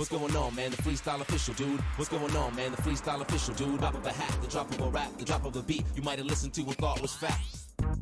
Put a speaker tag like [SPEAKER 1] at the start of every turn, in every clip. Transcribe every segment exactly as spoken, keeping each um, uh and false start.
[SPEAKER 1] What's going on, man? The freestyle official, dude. What's going on, man? The freestyle official, dude. Drop of a hat, the drop of a rap, the drop of a beat you might have listened to and thought was fact.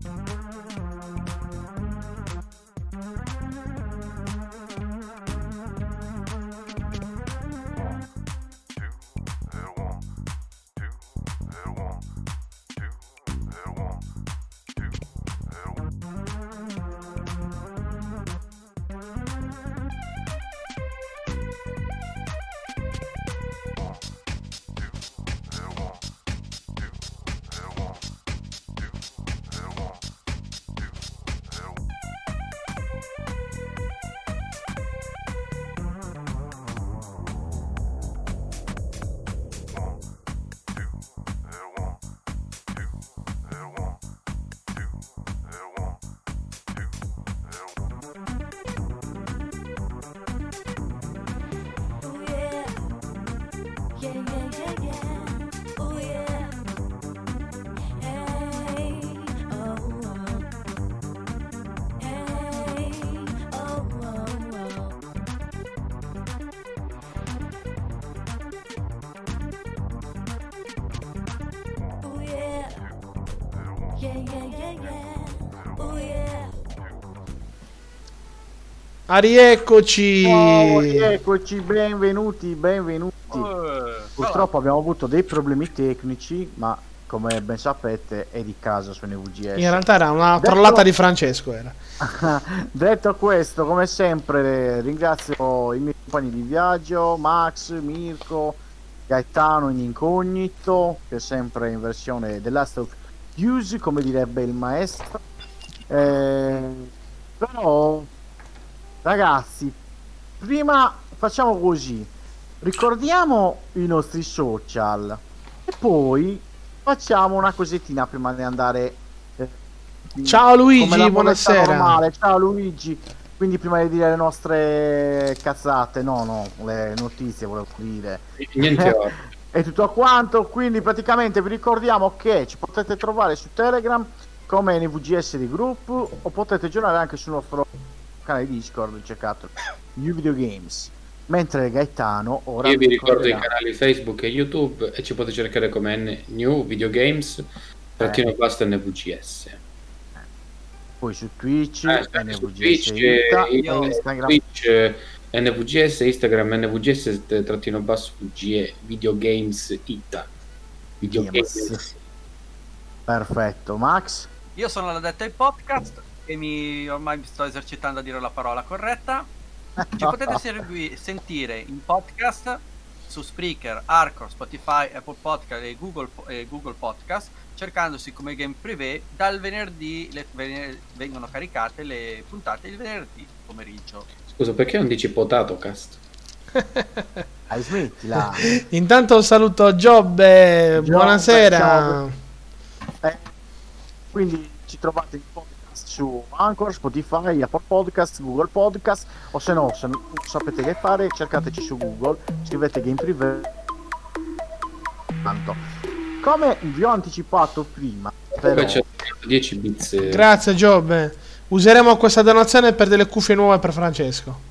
[SPEAKER 2] Ah, rieccoci.
[SPEAKER 3] Oh, rieccoci, benvenuti, benvenuti. Uh, Purtroppo abbiamo avuto dei problemi tecnici, ma come ben sapete è di casa su N V G S.
[SPEAKER 2] In realtà era una
[SPEAKER 3] detto...
[SPEAKER 2] trollata di Francesco era.
[SPEAKER 3] Detto questo, come sempre ringrazio i miei compagni di viaggio, Max, Mirko, Gaetano in incognito, che è sempre in versione The Last of Us, come direbbe il maestro. Eh, però ragazzi, prima facciamo così, ricordiamo i nostri social e poi facciamo una cosettina prima di andare. Eh,
[SPEAKER 2] ciao Luigi, buonasera.
[SPEAKER 3] Normale. Ciao Luigi, quindi prima di dire le nostre cazzate, no no, le notizie volevo dire.
[SPEAKER 4] Niente.
[SPEAKER 3] È tutto quanto, quindi praticamente vi ricordiamo che ci potete trovare su Telegram come N V G S di gruppo o potete giocare anche sul nostro canale Discord, cercato New Video Games, mentre Gaetano ora
[SPEAKER 4] io vi ricordo
[SPEAKER 3] ricorderà...
[SPEAKER 4] i canali Facebook e YouTube e ci potete cercare come N- New Video Games trattino
[SPEAKER 3] eh.
[SPEAKER 4] basta N V G S,
[SPEAKER 3] poi su Twitch,
[SPEAKER 4] eh,
[SPEAKER 3] N V G S,
[SPEAKER 4] su Twitch,
[SPEAKER 3] Ita,
[SPEAKER 4] io,
[SPEAKER 3] Instagram,
[SPEAKER 4] Twitch N V G S, Instagram N V G S trattino basso G E Video Games Ita Video
[SPEAKER 3] Games.
[SPEAKER 4] Games.
[SPEAKER 3] Perfetto. Max?
[SPEAKER 5] Io sono l'addetto ai podcast e mi ormai mi sto esercitando a dire la parola corretta. Ci potete segui, sentire in podcast su Spreaker, Arcor, Spotify, Apple Podcast e Google, e Google Podcast, cercandosi come Game Privé. Dal venerdì le, vener, vengono caricate le puntate il venerdì pomeriggio.
[SPEAKER 4] Scusa, perché non dici potato cast?
[SPEAKER 3] Hai smettila.
[SPEAKER 2] Intanto saluto Giobbe,
[SPEAKER 3] Giobbe,
[SPEAKER 2] buonasera.
[SPEAKER 3] Giobbe. Eh, quindi ci trovate in podcast su Anchor, Spotify, Apple Podcast, Google Podcast, o se no, se non sapete che fare, cercateci su Google, scrivete Game Privé. Tanto, come vi ho anticipato prima, però...
[SPEAKER 4] c'è dieci bits.
[SPEAKER 2] Grazie Giobbe. Useremo questa donazione per delle cuffie nuove per Francesco.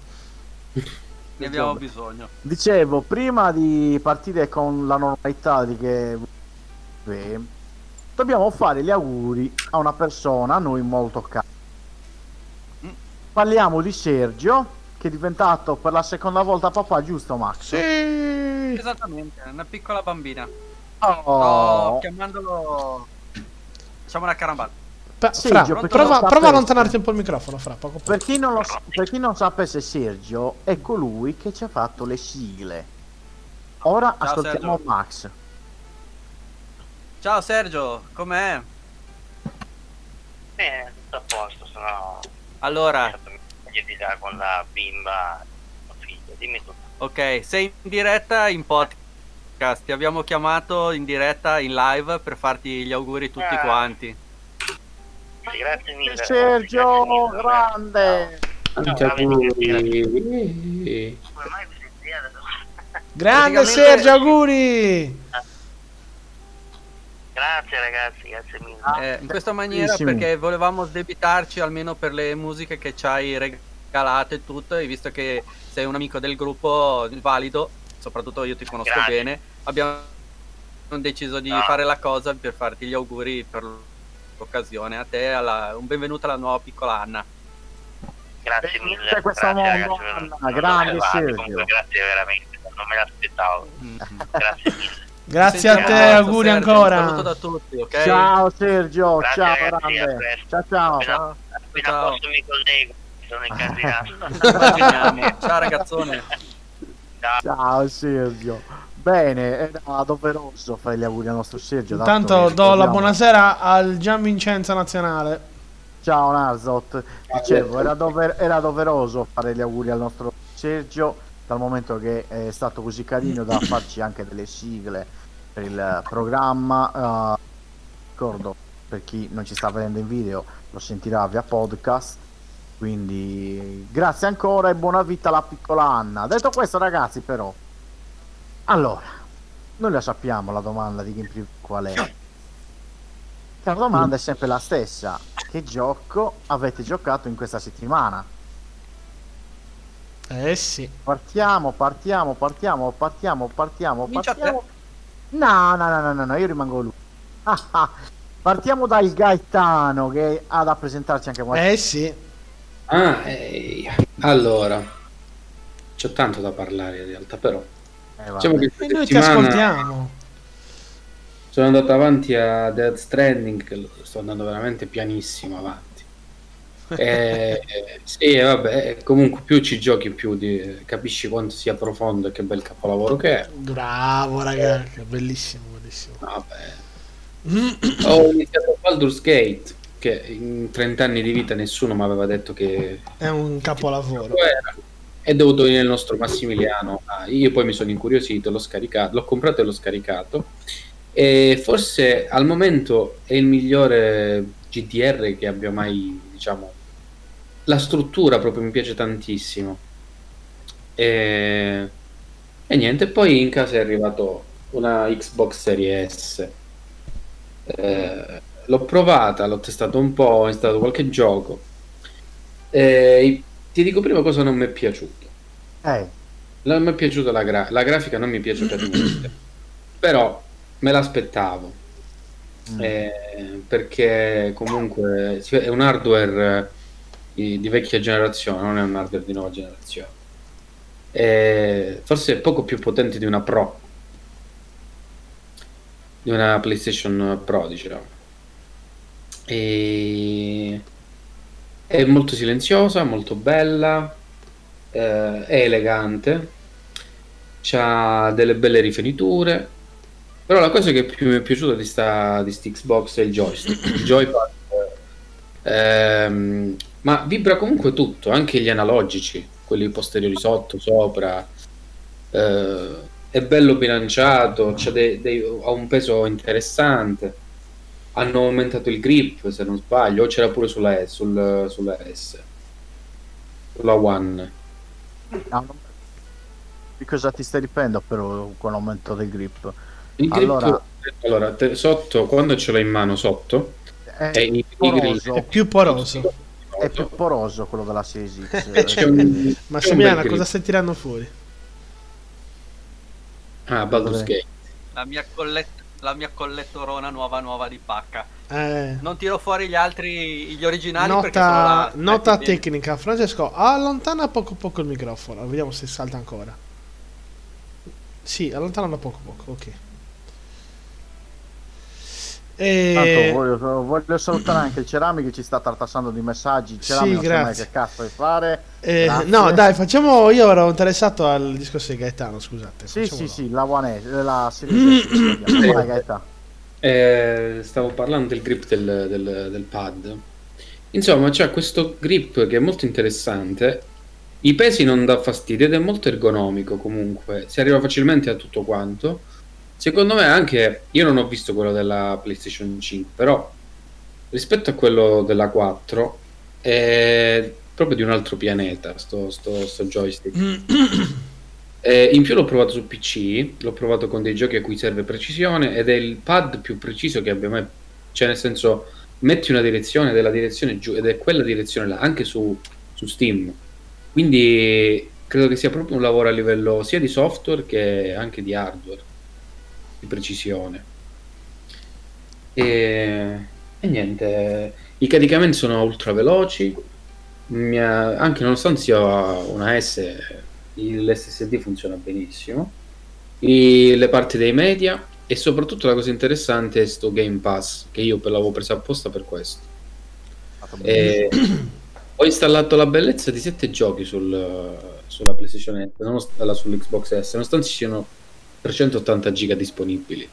[SPEAKER 5] Ne abbiamo bisogno.
[SPEAKER 3] Dicevo, prima di partire con la normalità di che beh, dobbiamo fare gli auguri a una persona a noi molto cara. Mm. Parliamo di Sergio, che è diventato per la seconda volta papà, giusto Max?
[SPEAKER 2] Sì.
[SPEAKER 5] Esattamente, una piccola bambina.
[SPEAKER 3] Oh.
[SPEAKER 5] Sto chiamandolo... Facciamo una carambata.
[SPEAKER 2] Pa-
[SPEAKER 3] Sergio,
[SPEAKER 2] Fra, prova, prova a allontanarti un po' il microfono, Fra, poco poco.
[SPEAKER 3] Per chi non lo per chi non sapesse, Sergio è colui che ci ha fatto le sigle. Ora
[SPEAKER 5] Ciao,
[SPEAKER 3] ascoltiamo
[SPEAKER 5] Sergio.
[SPEAKER 3] Max.
[SPEAKER 5] Ciao Sergio, com'è?
[SPEAKER 6] Bene, tutto a posto, sono
[SPEAKER 5] Allora,
[SPEAKER 6] di là con la bimba, la figlia, dimmi tutto.
[SPEAKER 5] ok, sei in diretta in podcast, ti abbiamo chiamato in diretta in live per farti gli auguri tutti
[SPEAKER 6] Ah.
[SPEAKER 5] quanti.
[SPEAKER 6] Sì, grazie mille.
[SPEAKER 3] Sergio,
[SPEAKER 6] grazie mille.
[SPEAKER 3] grande.
[SPEAKER 4] Tanti
[SPEAKER 6] No,
[SPEAKER 4] auguri.
[SPEAKER 6] Come mai vi sentite?
[SPEAKER 2] Grande
[SPEAKER 5] Praticamente-
[SPEAKER 2] Sergio, auguri.
[SPEAKER 6] Grazie ragazzi, grazie mille.
[SPEAKER 5] Eh, in questa maniera
[SPEAKER 3] Bellissimo.
[SPEAKER 5] perché volevamo sdebitarci almeno per le musiche che ci hai scalato e tutto, e visto che sei un amico del gruppo valido, soprattutto io ti conosco
[SPEAKER 6] Grazie.
[SPEAKER 5] bene, abbiamo deciso di
[SPEAKER 6] No.
[SPEAKER 5] fare la cosa per farti gli auguri per l'occasione. A te alla- un benvenuto alla nuova piccola Anna.
[SPEAKER 6] Grazie
[SPEAKER 3] Benvenuti
[SPEAKER 6] mille.
[SPEAKER 3] a questo
[SPEAKER 6] grazie,
[SPEAKER 3] mondo,
[SPEAKER 6] ragazzi,
[SPEAKER 3] Anna,
[SPEAKER 6] non-
[SPEAKER 3] grande
[SPEAKER 6] non
[SPEAKER 3] Sergio.
[SPEAKER 6] Comunque, grazie veramente, non me l'aspettavo.
[SPEAKER 5] Mm.
[SPEAKER 6] Grazie mille.
[SPEAKER 2] Grazie a
[SPEAKER 5] Ci
[SPEAKER 2] te,
[SPEAKER 5] sentiamo presto,
[SPEAKER 2] auguri
[SPEAKER 5] Sergio,
[SPEAKER 2] ancora.
[SPEAKER 5] Un saluto da tutti, ok?
[SPEAKER 3] Ciao Sergio,
[SPEAKER 6] Grazie,
[SPEAKER 3] ciao
[SPEAKER 6] ragazzi, a
[SPEAKER 3] grande.
[SPEAKER 6] presto.
[SPEAKER 3] Ciao ciao.
[SPEAKER 6] Appena,
[SPEAKER 5] Ciao.
[SPEAKER 6] appena
[SPEAKER 5] Ciao.
[SPEAKER 6] posso mi collego, sono incasinato.
[SPEAKER 5] Immaginiamo. Ciao ragazzone.
[SPEAKER 6] Ciao.
[SPEAKER 3] Ciao Sergio. Bene, era doveroso fare gli auguri al nostro Sergio. dato
[SPEAKER 2] Intanto
[SPEAKER 3] che
[SPEAKER 2] do la
[SPEAKER 3] ricordiamo-
[SPEAKER 2] buonasera al Gian Vincenzo Nazionale.
[SPEAKER 3] Ciao Narzot, dicevo, era, dover- era doveroso fare gli auguri al nostro Sergio, dal momento che è stato così carino da farci anche delle sigle per il programma. eh, ricordo, per chi non ci sta vedendo in video, lo sentirà via podcast. Quindi grazie ancora e buona vita alla piccola Anna. Detto questo, ragazzi, però, allora, noi la sappiamo la domanda di Game Preview qual è. La domanda è sempre la stessa: che gioco avete giocato in questa settimana?
[SPEAKER 2] Eh sì.
[SPEAKER 3] Partiamo, partiamo, partiamo, partiamo, partiamo,
[SPEAKER 5] Comincia
[SPEAKER 3] partiamo. No, no, no, no, no, no, io rimango lui. Ah, ah. Partiamo dal Gaetano che ha da presentarci anche qualche.
[SPEAKER 2] Eh sì.
[SPEAKER 4] Ah, eh, allora, c'ho tanto da parlare in realtà, però
[SPEAKER 3] Eh,
[SPEAKER 4] diciamo
[SPEAKER 3] vabbè.
[SPEAKER 4] che
[SPEAKER 2] E noi ti
[SPEAKER 4] questa settimana
[SPEAKER 2] ascoltiamo.
[SPEAKER 4] sono andato avanti a Death Stranding, che lo- sto andando veramente pianissimo avanti. Eh, sì, vabbè, comunque più ci giochi più di- capisci quanto sia profondo e che bel capolavoro che è.
[SPEAKER 2] Bravo ragazzi, bellissimo, bellissimo.
[SPEAKER 4] Vabbè. Ho iniziato Baldur's Gate, che in trenta anni di vita nessuno mi aveva detto che
[SPEAKER 2] È un capolavoro.
[SPEAKER 4] era. È dovuto venire il nostro Massimiliano. Ah, io poi mi sono incuriosito, l'ho scaricato, l'ho comprato e l'ho scaricato. E forse al momento è il migliore G D R che abbia mai, diciamo, la struttura proprio mi piace tantissimo. E, e niente, poi in casa è arrivato una Xbox Series S. Eh, l'ho provata, l'ho testato un po', ho installato qualche gioco. E ti dico prima cosa non mi è piaciuto.
[SPEAKER 3] Eh,
[SPEAKER 4] Non mi è piaciuta la, gra- la grafica, non mi piace per niente. Però me l'aspettavo.
[SPEAKER 3] mm.
[SPEAKER 4] Eh, perché comunque sì, è un hardware di, di vecchia generazione, non è un hardware di nuova generazione. Eh, forse è poco più potente di una Pro, di una PlayStation Pro, diciamo. E è molto silenziosa, molto bella, eh, è elegante, c'ha delle belle rifiniture. Però la cosa che più mi è piaciuta di sta di sta Xbox è il joystick, il joypad, ehm, ma vibra comunque tutto, anche gli analogici, quelli posteriori sotto, sopra, eh, è bello bilanciato, c'ha dei- dei- ha un peso interessante, hanno aumentato il grip se non sbaglio, o c'era pure sulla S, sul- sulla S, sulla One.
[SPEAKER 3] No, non- di cosa ti stai riprendendo però con l'aumento del grip?
[SPEAKER 4] Il grip,
[SPEAKER 3] Allora-
[SPEAKER 4] allora, te- sotto, quando ce l'ho in mano sotto,
[SPEAKER 3] È,
[SPEAKER 4] è i- i
[SPEAKER 3] poroso,
[SPEAKER 2] È più poroso.
[SPEAKER 3] è più poroso quello della Series X.
[SPEAKER 4] E c'è un- c'è un
[SPEAKER 2] Massimiliano,
[SPEAKER 4] bel grip.
[SPEAKER 2] cosa stai tirando fuori?
[SPEAKER 4] Ah, Baldur's
[SPEAKER 3] Dov'è?
[SPEAKER 4] Gate.
[SPEAKER 5] La mia, collet- la mia collettorona nuova nuova di pacca.
[SPEAKER 2] Eh,
[SPEAKER 5] Non tiro fuori gli altri, gli originali perché sono
[SPEAKER 2] nota
[SPEAKER 5] là.
[SPEAKER 2] nota
[SPEAKER 5] Ecco, bene.
[SPEAKER 2] tecnica. Francesco, allontana poco poco il microfono. Vediamo se salta ancora. Sì, allontanalo poco poco, ok.
[SPEAKER 3] Tanto
[SPEAKER 2] E...
[SPEAKER 3] voglio, voglio salutare anche il Cerami che ci sta tartassando di messaggi. Il Cerami
[SPEAKER 2] Sì,
[SPEAKER 3] non sa mai
[SPEAKER 2] grazie.
[SPEAKER 3] che cazzo di fare.
[SPEAKER 2] eh,
[SPEAKER 3] Grazie.
[SPEAKER 2] no, dai, facciamo. Io ero interessato al discorso di Gaetano, scusate.
[SPEAKER 3] Sì, sì,
[SPEAKER 2] facciamolo.
[SPEAKER 3] sì, la One S, la Series S, speriamo. Vai, Gaeta.
[SPEAKER 4] Eh, stavo parlando del grip del, del- del pad. Insomma, c'è questo grip che è molto interessante. I pesi non dà fastidio ed è molto ergonomico comunque. Si arriva facilmente a tutto quanto. Secondo me anche, io non ho visto quello della PlayStation cinque, però rispetto a quello della quattro è proprio di un altro pianeta sto, sto, sto joystick. Eh, in più l'ho provato su P C, l'ho provato con dei giochi a cui serve precisione ed è il pad più preciso che abbia mai, cioè nel senso metti una direzione ed è la direzione giù ed è quella direzione là, anche su, su Steam Quindi credo che sia proprio un lavoro a livello sia di software che anche di hardware, di precisione. E, e niente, i caricamenti sono ultra veloci, mi ha- anche nonostante sia una S, l'S S D funziona benissimo. I- le parti dei media e soprattutto la cosa interessante è sto Game Pass, che io per l'avevo preso apposta per questo. E ho installato la bellezza di sette giochi sul, sulla PlayStation, nonost- alla- sull'Xbox S, nonostante ci siano trecentottanta giga disponibili.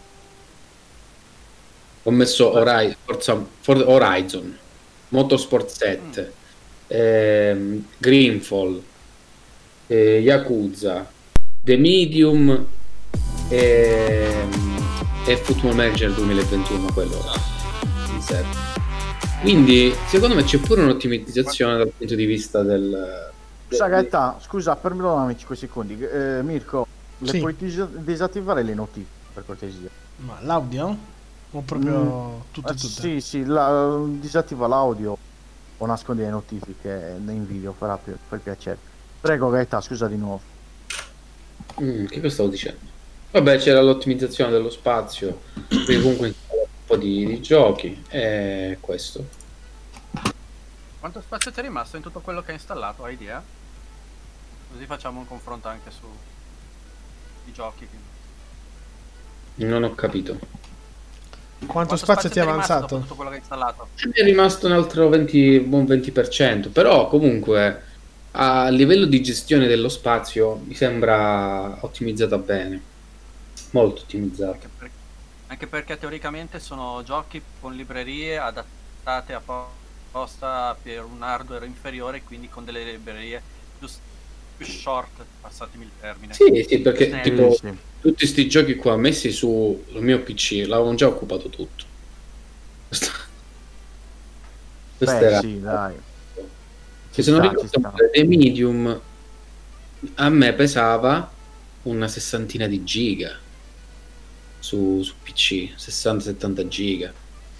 [SPEAKER 4] Ho messo Horizon, Forza, For- Horizon, Motorsport sette, ehm, Greenfall, eh, Yakuza, The Medium e, e Football Manager duemilaventuno, quello in sé. Quindi secondo me c'è pure un'ottimizzazione dal punto di vista del...
[SPEAKER 3] Scusa Gaeta, scusa, perdonami cinque secondi. Eh, Mirko, le
[SPEAKER 2] Sì.
[SPEAKER 3] puoi dis- disattivare le notifiche per cortesia?
[SPEAKER 2] Ma l'audio? O proprio tutte
[SPEAKER 3] Eh,
[SPEAKER 2] tutte?
[SPEAKER 3] Sì, sì, la- disattiva l'audio o nascondi le notifiche in video, farà per, per piacere. Prego Gaeta, scusa di nuovo.
[SPEAKER 4] Mm, che cosa stavo dicendo? Vabbè, c'era l'ottimizzazione dello spazio, perché comunque installa un po' di, di giochi, e questo.
[SPEAKER 5] Quanto spazio ti è rimasto in tutto quello che hai installato? Hai idea? Così facciamo un confronto anche su i giochi.
[SPEAKER 4] Non ho capito.
[SPEAKER 2] Quanto, spazio ti è
[SPEAKER 5] rimasto dopo
[SPEAKER 2] avanzato?
[SPEAKER 5] tutto quello che hai installato?
[SPEAKER 4] Mi è rimasto un altro venti, buon venti per cento, però comunque a livello di gestione dello spazio mi sembra ottimizzata bene, molto ottimizzata.
[SPEAKER 5] Anche, per- anche perché teoricamente sono giochi con librerie adattate apposta per un hardware inferiore, quindi con delle librerie più, s- più short, passatemi il termine.
[SPEAKER 4] Sì, sì, perché
[SPEAKER 5] Snelle.
[SPEAKER 4] tipo
[SPEAKER 3] Sì, sì.
[SPEAKER 4] tutti sti giochi qua messi sul mio P C l'avevano già occupato tutto. Questo, questo
[SPEAKER 3] Beh,
[SPEAKER 4] era...
[SPEAKER 3] sì, dai.
[SPEAKER 4] Che
[SPEAKER 3] Ci
[SPEAKER 4] se non
[SPEAKER 3] sta,
[SPEAKER 4] ricordo
[SPEAKER 3] ci sta.
[SPEAKER 4] male, dei Medium a me pesava una sessantina di giga su, su P C, sessanta settanta giga.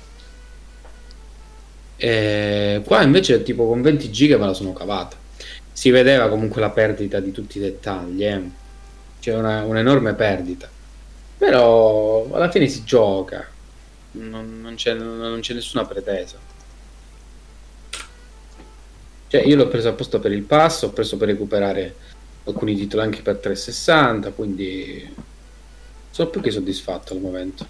[SPEAKER 4] E qua invece tipo con venti giga me la sono cavata. Si vedeva comunque la perdita di tutti i dettagli, eh. C'è una, un'enorme perdita. Però alla fine si gioca, non, non c'è, non c'è nessuna pretesa. Cioè, io l'ho preso apposta per il pass, ho preso per recuperare alcuni titoli anche per trecentosessanta, quindi sono più che soddisfatto al momento.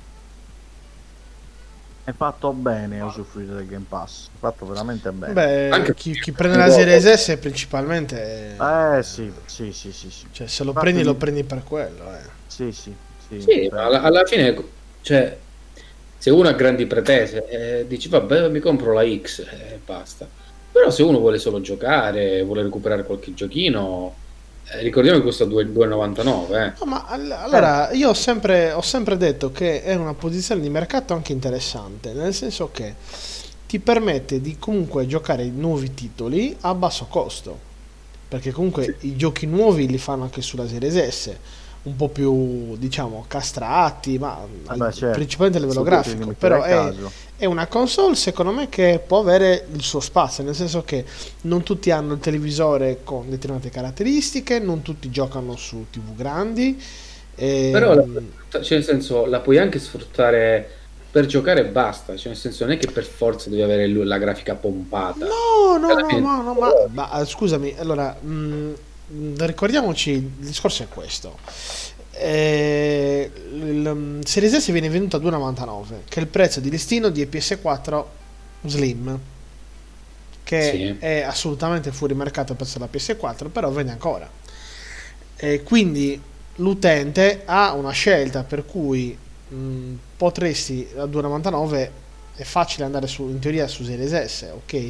[SPEAKER 3] È fatto bene usufruire del Game Pass, è fatto veramente bene.
[SPEAKER 2] Beh,
[SPEAKER 4] Anche-
[SPEAKER 2] chi, chi prende la Series S principalmente...
[SPEAKER 3] Eh sì, sì, sì, sì, sì.
[SPEAKER 2] Cioè, se lo
[SPEAKER 3] Infatti-
[SPEAKER 2] prendi, lo prendi per quello, eh.
[SPEAKER 3] Sì, sì, sì.
[SPEAKER 4] Sì, ma alla, alla fine, cioè, se uno ha grandi pretese, eh, dici vabbè, mi compro la X e basta. Però se uno vuole solo giocare, vuole recuperare qualche giochino, eh, ricordiamo che costa due e novantanove, eh.
[SPEAKER 2] No, ma all- allora io ho sempre, ho sempre detto che è una posizione di mercato anche interessante, nel senso che ti permette di comunque giocare i nuovi titoli a basso costo, perché comunque i giochi nuovi li fanno anche sulla Series S, un po' più diciamo castrati, ma
[SPEAKER 3] Vabbè, certo.
[SPEAKER 2] principalmente a livello
[SPEAKER 3] Su tutti
[SPEAKER 2] grafico,
[SPEAKER 3] li
[SPEAKER 2] però
[SPEAKER 3] metterei
[SPEAKER 2] è,
[SPEAKER 3] caso.
[SPEAKER 2] è una console secondo me che può avere il suo spazio, nel senso che non tutti hanno il televisore con determinate caratteristiche, non tutti giocano su tivù grandi, e-
[SPEAKER 4] Però la, cioè, nel senso, la puoi anche sfruttare per giocare e basta, cioè nel senso non è che per forza devi avere lu- la grafica pompata.
[SPEAKER 2] no, no,
[SPEAKER 4] Alla
[SPEAKER 2] no,
[SPEAKER 4] fine-
[SPEAKER 2] ma, no, ma, ma, eh, scusami, allora mh, mh, ricordiamoci, il discorso è questo. Eh, il um, Series S viene venduta a due e novantanove, che è il prezzo di listino di P S quattro Slim, che
[SPEAKER 4] Sì.
[SPEAKER 2] è assolutamente fuori mercato per la P S quattro, però vende ancora. E quindi l'utente ha una scelta per cui mh, potresti a due e novantanove è facile andare su, in teoria su Series S, ok?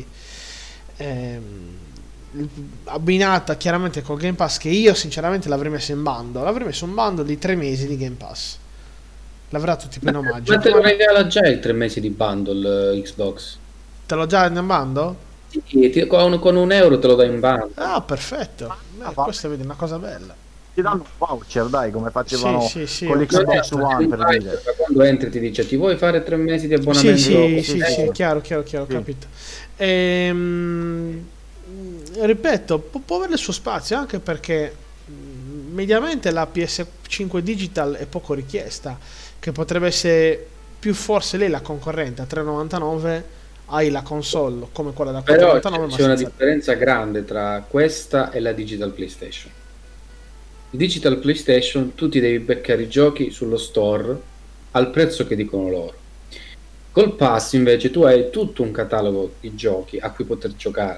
[SPEAKER 2] Ehm, abbinata chiaramente col Game Pass, che io sinceramente l'avrei messo in bando, l'avrei messo un bando di tre mesi di Game Pass, l'avrei dato tipo in omaggio.
[SPEAKER 4] Ma te lo regala già il tre mesi di bundle eh, Xbox?
[SPEAKER 2] Te l'ho già in bando?
[SPEAKER 4] Sì, ti- con, con un euro te lo dai in bundle.
[SPEAKER 2] Ah, perfetto. Beh,
[SPEAKER 3] Ah, va.
[SPEAKER 2] questa vedi, è una cosa bella.
[SPEAKER 3] Ti danno un voucher, dai, come facevano
[SPEAKER 2] Sì, sì, sì,
[SPEAKER 3] con
[SPEAKER 2] ho
[SPEAKER 3] l'Xbox
[SPEAKER 2] capito.
[SPEAKER 3] One, per dire.
[SPEAKER 4] Quando entri ti dice ti vuoi fare tre mesi di
[SPEAKER 2] Sì,
[SPEAKER 4] abbonamento?
[SPEAKER 2] sì,
[SPEAKER 3] sì,
[SPEAKER 2] sì,
[SPEAKER 3] sì.
[SPEAKER 2] sì, chiaro, chiaro, chiaro, ho
[SPEAKER 3] Sì.
[SPEAKER 2] capito. Ehm, ripeto, può, può avere il suo spazio, anche perché mh, mediamente la P S cinque Digital è poco richiesta, che potrebbe essere più forse lei la concorrente a tre virgola novantanove, hai la console come quella da
[SPEAKER 4] Però
[SPEAKER 2] quattro virgola novantanove,
[SPEAKER 4] c'è, c'è
[SPEAKER 2] ma
[SPEAKER 4] una
[SPEAKER 2] senza...
[SPEAKER 4] differenza grande tra questa e la Digital PlayStation. Il Digital PlayStation tu ti devi beccare i giochi sullo store al prezzo che dicono loro. Col Pass invece tu hai tutto un catalogo di giochi a cui poter giocare.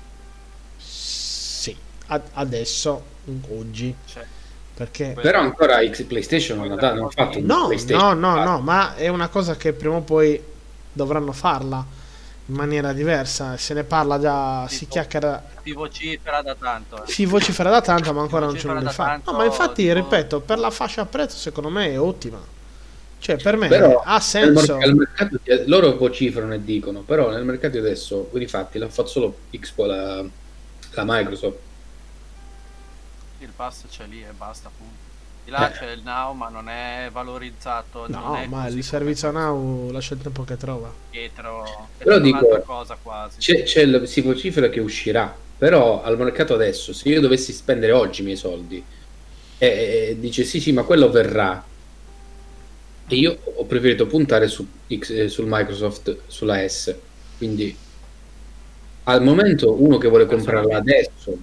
[SPEAKER 2] Sì, ad- adesso, oggi,
[SPEAKER 5] Cioè,
[SPEAKER 2] perché...
[SPEAKER 4] Però ancora X PlayStation non ha, da- non ha fatto un
[SPEAKER 2] No,
[SPEAKER 4] PlayStation.
[SPEAKER 2] no, no, no, ma è una cosa che prima o poi dovranno farla in maniera diversa. Se ne parla già, si
[SPEAKER 5] Tipo-
[SPEAKER 2] chiacchiera,
[SPEAKER 5] si vocifera da tanto. eh.
[SPEAKER 2] si vocifera da tanto, ma ancora non ce
[SPEAKER 5] vocifera
[SPEAKER 2] l'hanno
[SPEAKER 5] da
[SPEAKER 2] fatto.
[SPEAKER 5] tanto,
[SPEAKER 2] No, ma infatti,
[SPEAKER 5] tipo-
[SPEAKER 2] ripeto, per la fascia prezzo secondo me è ottima. Cioè, per me
[SPEAKER 4] Però
[SPEAKER 2] ha
[SPEAKER 4] nel
[SPEAKER 2] senso.
[SPEAKER 4] mer- al mercato di- loro vociferano e dicono, però nel mercato di adesso, infatti, l'ha fatto solo Xbox, la, la Microsoft.
[SPEAKER 5] Il pass c'è lì e basta, appunto. Di là
[SPEAKER 4] Eh.
[SPEAKER 5] c'è il Now, ma non è valorizzato. non
[SPEAKER 2] No,
[SPEAKER 5] è
[SPEAKER 2] ma
[SPEAKER 5] così
[SPEAKER 2] il servizio Now lascia il tempo che trova.
[SPEAKER 5] come dietro. È
[SPEAKER 4] Però
[SPEAKER 5] tutta
[SPEAKER 4] dico,
[SPEAKER 5] un'altra cosa quasi.
[SPEAKER 4] C'è, c'è il- si vocifera che uscirà, però al mercato adesso, se io dovessi spendere oggi i miei soldi, e, e dice sì sì, ma quello verrà, e io ho preferito puntare su X, eh, sul Microsoft, sulla S, quindi al momento uno che vuole comprarla adesso,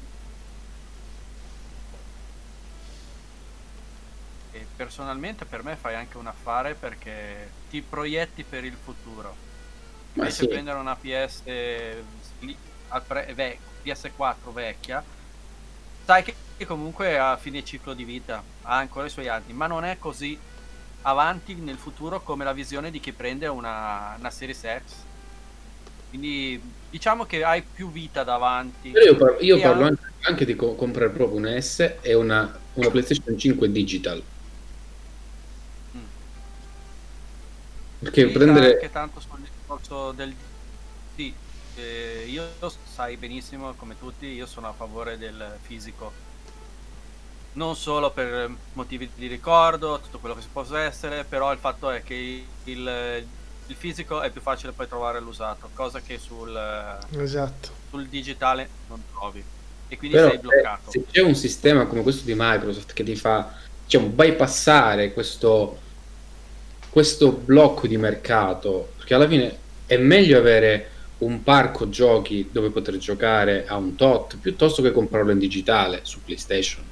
[SPEAKER 5] E personalmente per me fai anche un affare perché ti proietti per il futuro.
[SPEAKER 4] ma
[SPEAKER 5] Invece
[SPEAKER 4] sì,
[SPEAKER 5] prendere una P S sli- al pre- ve- P S quattro vecchia, sai che che comunque a fine ciclo di vita ha ancora i suoi anni, ma non è così avanti nel futuro come la visione di chi prende una, una Series X. Quindi diciamo che hai più vita davanti.
[SPEAKER 4] però io, par- io
[SPEAKER 5] E
[SPEAKER 4] parlo
[SPEAKER 5] ha-
[SPEAKER 4] anche, anche di co- comprare proprio una S e una, una PlayStation cinque Digital,
[SPEAKER 5] Mm.
[SPEAKER 4] perché
[SPEAKER 5] Sì,
[SPEAKER 4] prendere...
[SPEAKER 5] anche tanto sul discorso del sì, eh, io sai benissimo come tutti, io sono a favore del fisico, non solo per motivi di ricordo, tutto quello che si possa essere, però il fatto è che il, il fisico è più facile poi trovare l'usato, cosa che sul,
[SPEAKER 2] Esatto.
[SPEAKER 5] sul digitale non trovi, e quindi
[SPEAKER 4] Però
[SPEAKER 5] sei bloccato.
[SPEAKER 4] se c'è un sistema come questo di Microsoft che ti fa, diciamo, bypassare questo, questo blocco di mercato, perché alla fine è meglio avere un parco giochi dove poter giocare a un tot piuttosto che comprarlo in digitale su PlayStation.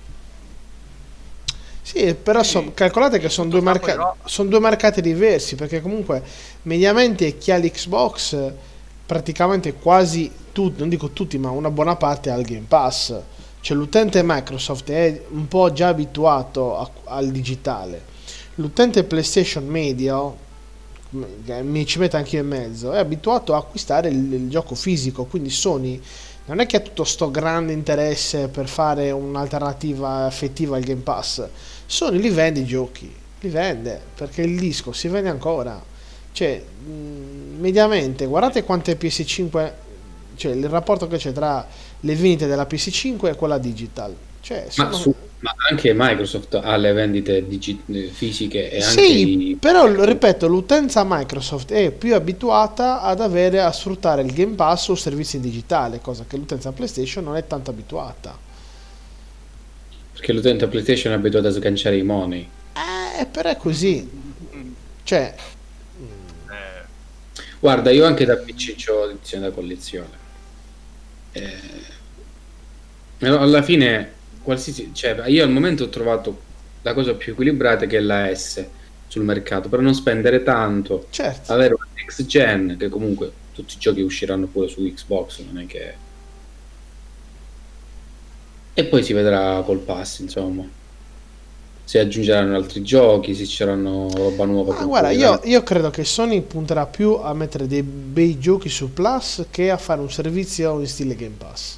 [SPEAKER 2] Sì, però
[SPEAKER 5] Sì.
[SPEAKER 2] so- calcolate che sono due,
[SPEAKER 5] Tutto sta
[SPEAKER 2] merca-
[SPEAKER 5] poi ro-
[SPEAKER 2] son due mercati diversi, perché comunque mediamente chi ha l'Xbox eh, praticamente quasi tutti, non dico tutti, ma una buona parte ha il Game Pass. Cioè l'utente Microsoft è un po' già abituato a- al digitale. L'utente PlayStation medio, m- che mi ci metto anche io in mezzo, è abituato a acquistare il, il gioco fisico, quindi Sony non è che ha tutto sto grande interesse per fare un'alternativa effettiva al Game Pass. Sony li vende i giochi, li vende, perché il disco si vende ancora. Cioè, mh, mediamente, guardate quante P S cinque, cioè il rapporto che c'è tra le vendite della P S cinque e quella digital. Cioè,
[SPEAKER 4] Ma,
[SPEAKER 2] sono-
[SPEAKER 4] su- ma anche Microsoft ha le vendite digi- fisiche e anche
[SPEAKER 2] Sì,
[SPEAKER 4] i-
[SPEAKER 2] però ripeto, l'utenza Microsoft è più abituata ad avere a sfruttare il Game Pass o servizi in digitale, cosa che l'utenza PlayStation non è tanto abituata.
[SPEAKER 4] perché l'utente PlayStation è abituato a sganciare i money.
[SPEAKER 2] Eh, però è così. Cioè,
[SPEAKER 5] eh,
[SPEAKER 4] Guarda, io anche da P C c'ho edizione da collezione. Eh, però alla fine, qualsiasi, cioè, io al momento ho trovato la cosa più equilibrata che è la S sul mercato, per non spendere tanto,
[SPEAKER 2] certo.
[SPEAKER 4] avere una next gen, che comunque tutti i giochi usciranno pure su Xbox, non è che... E poi si vedrà col pass, insomma. Se aggiungeranno altri giochi, se ci saranno roba nuova.
[SPEAKER 2] Ma
[SPEAKER 4] per
[SPEAKER 2] guarda,
[SPEAKER 4] cui-
[SPEAKER 2] io, io credo che Sony punterà più a mettere dei bei giochi su Plus che a fare un servizio in stile Game Pass.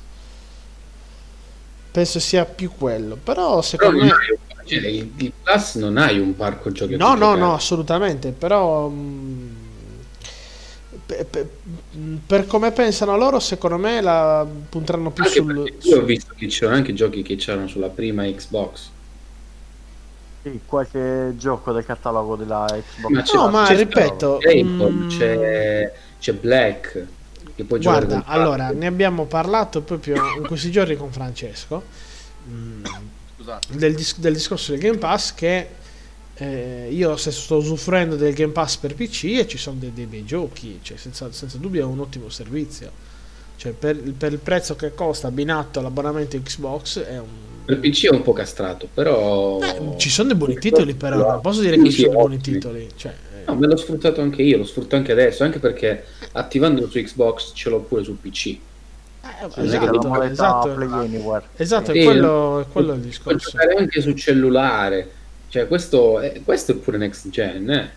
[SPEAKER 2] Penso sia più quello. Però
[SPEAKER 4] Però
[SPEAKER 2] secondo
[SPEAKER 4] non
[SPEAKER 2] me...
[SPEAKER 4] hai un- cioè, il, il Plus non hai un parco giochi a
[SPEAKER 2] No,
[SPEAKER 4] cui
[SPEAKER 2] no,
[SPEAKER 4] giocare.
[SPEAKER 2] no, assolutamente. Però mh, pe- pe- mh, per come pensano loro, secondo me la punteranno più
[SPEAKER 4] Anche
[SPEAKER 2] sul...
[SPEAKER 4] perché io ho visto che c'erano anche giochi che c'erano sulla prima Xbox.
[SPEAKER 3] Sì, qualche gioco del catalogo della Xbox.
[SPEAKER 4] Ma c'è-
[SPEAKER 2] No, ma
[SPEAKER 4] c'è
[SPEAKER 2] ripeto,
[SPEAKER 4] Fable,
[SPEAKER 2] mm,
[SPEAKER 4] c'è, c'è Black. che puoi giocare
[SPEAKER 2] Guarda,
[SPEAKER 4] con
[SPEAKER 2] allora,
[SPEAKER 4] Fabio.
[SPEAKER 2] ne abbiamo parlato proprio in questi giorni con Francesco mm,
[SPEAKER 5] Scusate.
[SPEAKER 2] del, dis- del discorso del Game Pass, che eh, io se sto usufruendo del Game Pass per P C e ci sono dei, dei bei giochi, cioè senza, senza dubbio è un ottimo servizio, cioè per, per il prezzo che costa abbinato all'abbonamento Xbox è un...
[SPEAKER 4] Per P C è un po' castrato, però
[SPEAKER 2] Eh, ci sono dei buoni titoli, però non posso dire che non ci
[SPEAKER 4] Sì,
[SPEAKER 2] sono dei buoni
[SPEAKER 4] ottimi.
[SPEAKER 2] titoli, cioè, eh,
[SPEAKER 4] No, me l'ho sfruttato anche io, lo sfrutto anche adesso, anche perché attivandolo su Xbox ce l'ho pure su P C.
[SPEAKER 2] eh,
[SPEAKER 4] Sì,
[SPEAKER 3] Esatto, la
[SPEAKER 2] esatto,
[SPEAKER 3] modalità
[SPEAKER 2] esatto,
[SPEAKER 3] Play Anywhere.
[SPEAKER 2] esatto, è
[SPEAKER 4] Sì,
[SPEAKER 2] quello, è quello il
[SPEAKER 4] Puoi
[SPEAKER 2] discorso.
[SPEAKER 4] giocare anche sul cellulare, cioè questo è, questo è pure next gen, eh?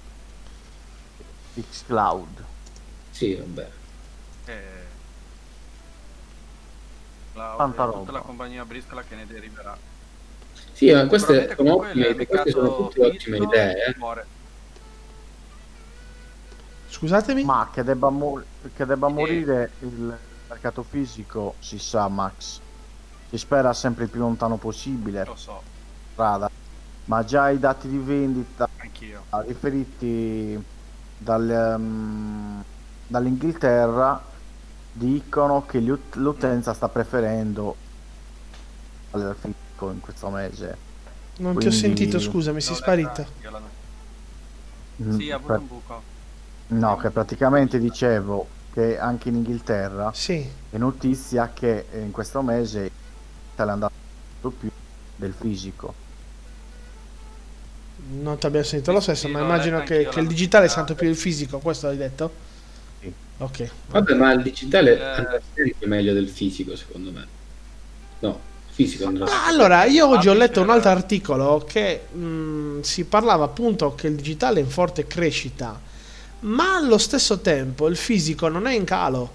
[SPEAKER 3] Xcloud.
[SPEAKER 4] Sì, vabbè.
[SPEAKER 5] Eh, la,
[SPEAKER 3] Tanta
[SPEAKER 5] tutta
[SPEAKER 3] roba.
[SPEAKER 5] la compagnia briscola che ne deriverà.
[SPEAKER 4] Sì, ma queste
[SPEAKER 5] Sicuramente
[SPEAKER 4] sono
[SPEAKER 5] comunque
[SPEAKER 4] ottime,
[SPEAKER 5] il
[SPEAKER 4] idee, queste sono
[SPEAKER 5] mercato
[SPEAKER 4] tutte ottime
[SPEAKER 5] fisico
[SPEAKER 4] idee, eh?
[SPEAKER 5] muore.
[SPEAKER 2] Scusatemi?
[SPEAKER 3] Ma che debba, mor- che debba
[SPEAKER 5] Sì.
[SPEAKER 3] morire il mercato fisico, si sa, Max. Si spera sempre il più lontano possibile,
[SPEAKER 5] Lo so,
[SPEAKER 3] strada. Ma già i dati di vendita
[SPEAKER 5] anch'io.
[SPEAKER 3] riferiti dal, ehm, dall'Inghilterra dicono che gli ut- l'utenza sta preferendo al fisico in questo mese.
[SPEAKER 2] Non ti ho
[SPEAKER 3] Quindi-
[SPEAKER 2] sentito, scusami, sei
[SPEAKER 5] L'ho letta
[SPEAKER 2] sparita.
[SPEAKER 5] io la-
[SPEAKER 3] Mm,
[SPEAKER 5] Sì, ha avuto
[SPEAKER 3] per-
[SPEAKER 5] un buco.
[SPEAKER 3] No, che praticamente dicevo che anche in Inghilterra
[SPEAKER 2] Sì,
[SPEAKER 3] è notizia che eh, in questo mese sta andando più del fisico.
[SPEAKER 2] non ti abbiamo sentito lo
[SPEAKER 5] Sì,
[SPEAKER 2] stesso,
[SPEAKER 5] sì,
[SPEAKER 2] ma
[SPEAKER 5] l'ho
[SPEAKER 2] immagino
[SPEAKER 5] letta
[SPEAKER 2] che,
[SPEAKER 5] anch'io
[SPEAKER 2] che il
[SPEAKER 5] la
[SPEAKER 2] digitale
[SPEAKER 5] notizia.
[SPEAKER 2] sia tanto più del fisico, questo hai detto?
[SPEAKER 3] Sì.
[SPEAKER 2] Ok.
[SPEAKER 4] Vabbè, ma il digitale
[SPEAKER 5] Eh.
[SPEAKER 4] andrà sempre meglio del fisico, secondo me. No, il fisico andrà
[SPEAKER 2] Ah,
[SPEAKER 4] sempre.
[SPEAKER 2] allora, io oggi ho letto un
[SPEAKER 5] Publisher-
[SPEAKER 2] altro articolo che mh, si parlava appunto che il digitale è in forte crescita, ma allo stesso tempo il fisico non è in calo.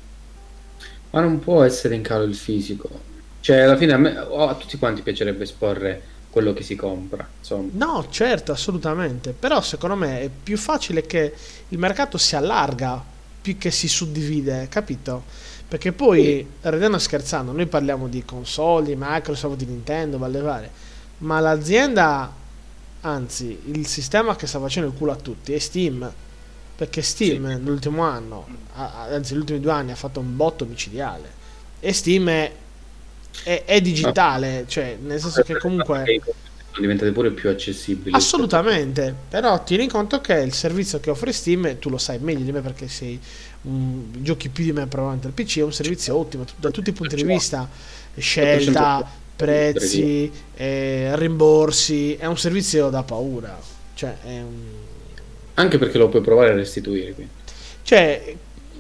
[SPEAKER 4] Ma non può essere in calo il fisico. Cioè, alla fine a, me, o a tutti quanti piacerebbe esporre quello che si compra, insomma.
[SPEAKER 2] No, certo, assolutamente, però secondo me è più facile che il mercato si allarga più che si suddivide, capito? Perché poi, ridendo e scherzando, noi parliamo di console, di Microsoft, di Nintendo, valle varie, ma l'azienda, anzi, il sistema che sta facendo il culo a tutti è Steam, perché Steam l'ultimo anno, a- anzi, gli ultimi due anni ha fatto un botto micidiale e Steam è, è, è digitale, cioè nel senso che comunque...
[SPEAKER 4] Sono diventate pure più accessibili.
[SPEAKER 2] Assolutamente, però tieni conto che il servizio che offre Steam, tu lo sai meglio di me perché sei un, giochi più di me probabilmente al P C, è un servizio ottimo da tutti i punti di vista, scelta, prezzi, eh, rimborsi, è un servizio da paura, cioè è un...
[SPEAKER 4] Anche perché lo puoi provare a restituire. Quindi.
[SPEAKER 2] Cioè,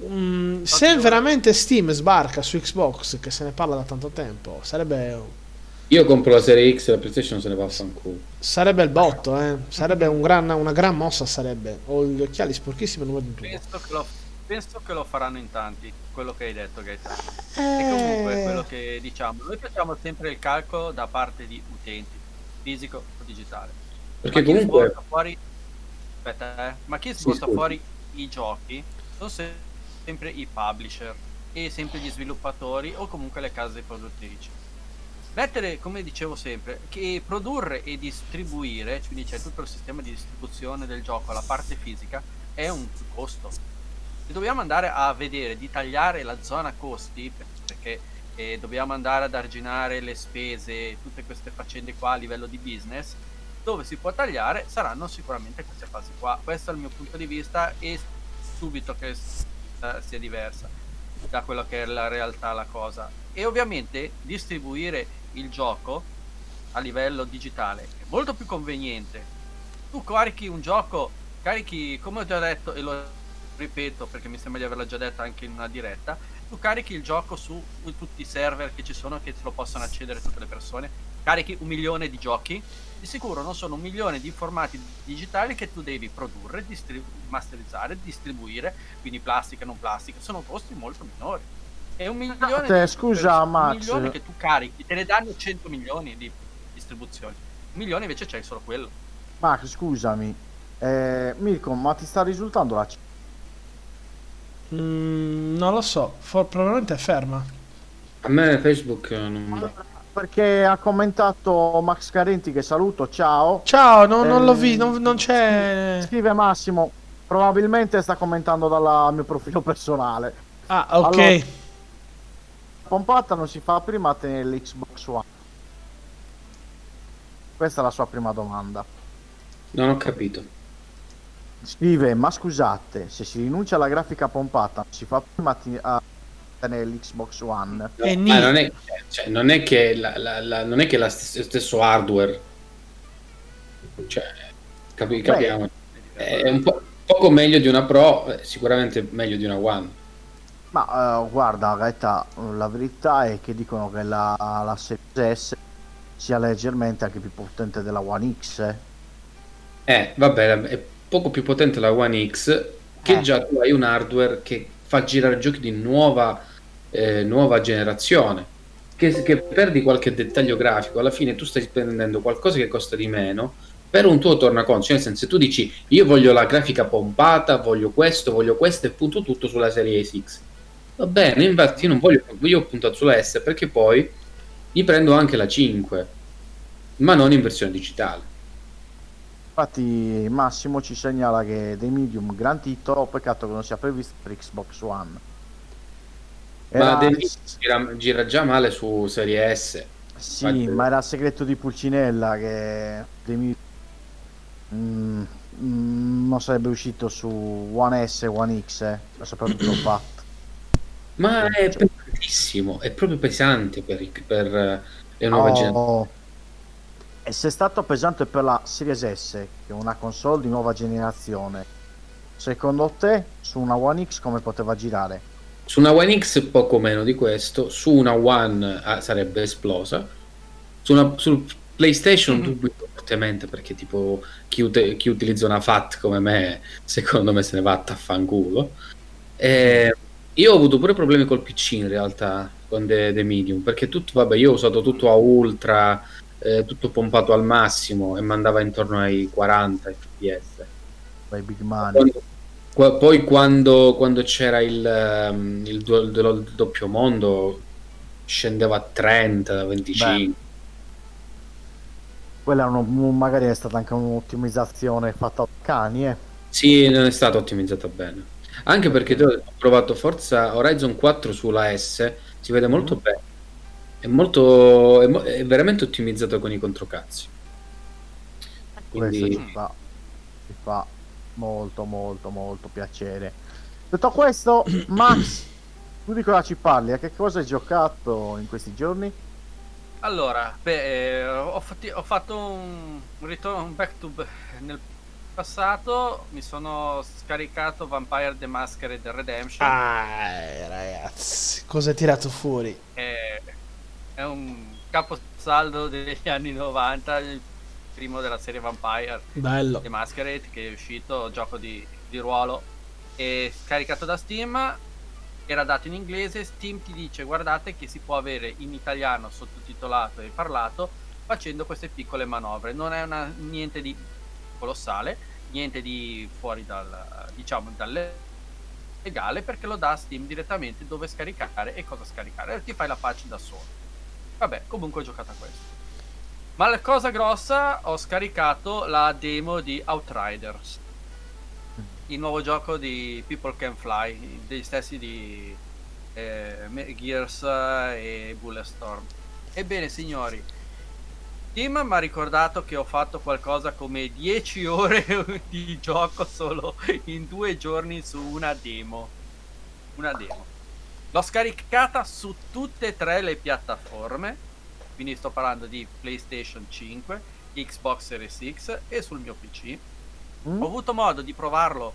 [SPEAKER 2] mm, se
[SPEAKER 5] Oddio.
[SPEAKER 2] veramente Steam sbarca su Xbox, che se ne parla da tanto tempo, sarebbe...
[SPEAKER 4] Io compro la serie X e la PlayStation se ne va a fanculo.
[SPEAKER 2] Sarebbe il botto, eh. Sarebbe un gran, una gran mossa, sarebbe. Ho gli occhiali sporchissimi e non vedo un tubo.
[SPEAKER 5] Penso che, lo, penso che lo faranno in tanti, quello che hai detto, Gaetano. E
[SPEAKER 2] Eh,
[SPEAKER 5] comunque quello che diciamo, noi facciamo sempre il calcolo da parte di utenti, fisico o digitale.
[SPEAKER 4] Perché
[SPEAKER 5] ma chi
[SPEAKER 4] comunque...
[SPEAKER 5] sbozza fuori, aspetta, eh, ma chi sbozza
[SPEAKER 4] scusi.
[SPEAKER 5] fuori i giochi sono se- sempre i publisher e sempre gli sviluppatori o comunque le case produttrici. Mettere, come dicevo sempre, che produrre e distribuire, quindi c'è tutto il sistema di distribuzione del gioco, la parte fisica, è un costo. Se dobbiamo andare a vedere di tagliare la zona costi, perché eh, dobbiamo andare ad arginare le spese, tutte queste faccende qua a livello di business, dove si può tagliare saranno sicuramente queste fasi qua. Questo è il mio punto di vista e subito che eh, sia diversa da quello che è la realtà la cosa. E ovviamente distribuire il gioco a livello digitale è molto più conveniente. Tu carichi un gioco, carichi, come ti ho detto e lo ripeto perché mi sembra di averla già detta anche in una diretta, tu carichi il gioco su tutti i server che ci sono, che lo possono accedere tutte le persone, carichi un milione di giochi, di sicuro non sono un milione di formati digitali che tu devi produrre, distribu- masterizzare, distribuire, quindi plastica, non plastica, sono costi molto minori. E un milione
[SPEAKER 3] Te,
[SPEAKER 5] di
[SPEAKER 3] scusa,
[SPEAKER 5] un
[SPEAKER 3] Max.
[SPEAKER 5] milione che tu carichi, te ne danno cento milioni di distribuzioni. Un milione invece c'è solo quello.
[SPEAKER 3] Max, scusami, eh, Mirko, ma ti sta risultando la c-
[SPEAKER 2] mm, non lo so, for- probabilmente è ferma.
[SPEAKER 4] A me Facebook non va.
[SPEAKER 3] perché ha commentato Max Carenti, che saluto, ciao.
[SPEAKER 2] Ciao, no- non
[SPEAKER 3] Eh,
[SPEAKER 2] l'ho visto, non, non c'è...
[SPEAKER 3] Scrive Massimo, probabilmente sta commentando dal mio profilo personale.
[SPEAKER 2] Ah, ok.
[SPEAKER 3] Allora, la pompata non si fa prima a tenere l'Xbox One? Questa è la sua prima domanda.
[SPEAKER 4] Non ho capito.
[SPEAKER 3] Scrive, ma scusate, se si rinuncia alla grafica pompata, si fa prima ti- a tenere l'Xbox One?
[SPEAKER 4] No,
[SPEAKER 2] E
[SPEAKER 4] ma
[SPEAKER 2] ni-
[SPEAKER 4] non è, cioè, non è che la, la- la- non è che la stes- stesso hardware, cioè, capi-
[SPEAKER 3] Beh.
[SPEAKER 4] capiamo, è un po' poco meglio di una Pro, eh, sicuramente meglio di una One.
[SPEAKER 3] Ma eh, guarda, in realtà la verità è che dicono che la, la Series S sia leggermente anche più potente della One X. eh.
[SPEAKER 4] Eh, vabbè, è poco più potente la One X, che
[SPEAKER 3] Eh.
[SPEAKER 4] già tu hai un hardware che fa girare giochi di nuova, eh, nuova generazione, che, che perdi qualche dettaglio grafico, alla fine tu stai spendendo qualcosa che costa di meno per un tuo tornaconto, cioè nel senso, se tu dici io voglio la grafica pompata, voglio questo, voglio questo e punto tutto sulla serie X. Va bene, infatti io non voglio, io ho puntato sulla S perché poi mi prendo anche la cinque, ma non in versione digitale.
[SPEAKER 3] Infatti Massimo ci segnala che dei Medium, gran titolo, peccato che non sia previsto per Xbox One.
[SPEAKER 4] Ma
[SPEAKER 3] Era-
[SPEAKER 4] The Medium gira, gira già male su serie S.
[SPEAKER 3] Sì,
[SPEAKER 4] Infatti-
[SPEAKER 3] ma era il segreto di Pulcinella che dei Medium mm, mm, non sarebbe uscito su One S e One X, eh, lo soprattutto fatto.
[SPEAKER 4] Ma è pesantissimo, è proprio pesante per, i- per eh, le nuove
[SPEAKER 3] Oh,
[SPEAKER 4] generazioni.
[SPEAKER 3] E se è stato pesante per la Series S, che è una console di nuova generazione, secondo te su una One X come poteva girare?
[SPEAKER 4] Su una One X poco meno di questo, su una One ah, sarebbe esplosa. Su una, sul PlayStation
[SPEAKER 5] Mhm.
[SPEAKER 4] dubito fortemente perché tipo chi, ut- chi utilizza una F A T come me, secondo me se ne va a fanculo. E io ho avuto pure problemi col P C in realtà con The, The Medium, perché tutto, vabbè, io ho usato tutto a ultra, eh, tutto pompato al massimo e mandava intorno ai quaranta F P S.
[SPEAKER 3] Bei Big Money.
[SPEAKER 4] Quando- qua- poi quando, quando c'era il, ehm, il, du- il do- il doppio mondo scendeva a trenta, venticinque.
[SPEAKER 3] Quella non- magari è stata anche un'ottimizzazione fatta da cani, eh.
[SPEAKER 4] Sì, non è stata ottimizzata bene. Anche perché tu- ho provato Forza Horizon quattro sulla S, si vede molto
[SPEAKER 3] Mm.
[SPEAKER 4] bene. È molto è, mo- è veramente ottimizzato con i controcazzi.
[SPEAKER 3] Questo
[SPEAKER 4] Quindi
[SPEAKER 3] ci fa, ci fa molto molto molto piacere. Detto questo, Max, tu di cosa ci parli? A che cosa hai giocato in questi giorni?
[SPEAKER 5] Allora, beh, eh, ho, fatti- ho fatto un, un ritorno, un back to b- nel passato, mi sono scaricato Vampire the Masquerade Redemption.
[SPEAKER 2] Ah, ragazzi, cosa hai tirato fuori?
[SPEAKER 5] È, è un caposaldo degli anni novanta, il primo della serie Vampire
[SPEAKER 2] Bello.
[SPEAKER 5] The Masquerade, che è uscito, gioco di, di ruolo, e scaricato da Steam. Era dato in inglese. Steam ti dice guardate che si può avere in italiano sottotitolato e parlato facendo queste piccole manovre. Non è una, niente di colossale, niente di fuori dal, diciamo, dal legale, perché lo dà Steam direttamente dove scaricare e cosa scaricare, e ti fai la pace da solo. Vabbè, comunque ho giocato a questo. Ma la cosa grossa, ho scaricato la demo di Outriders, il nuovo gioco di People Can Fly, degli stessi di eh, Gears e Bulletstorm. Ebbene signori, Steam mi ha ricordato che ho fatto qualcosa come dieci ore di gioco solo in due giorni su una demo. Una demo. L'ho scaricata su tutte e tre le piattaforme, quindi sto parlando di PlayStation cinque, Xbox Series X e sul mio P C.
[SPEAKER 3] Mm?
[SPEAKER 5] Ho avuto modo di provarlo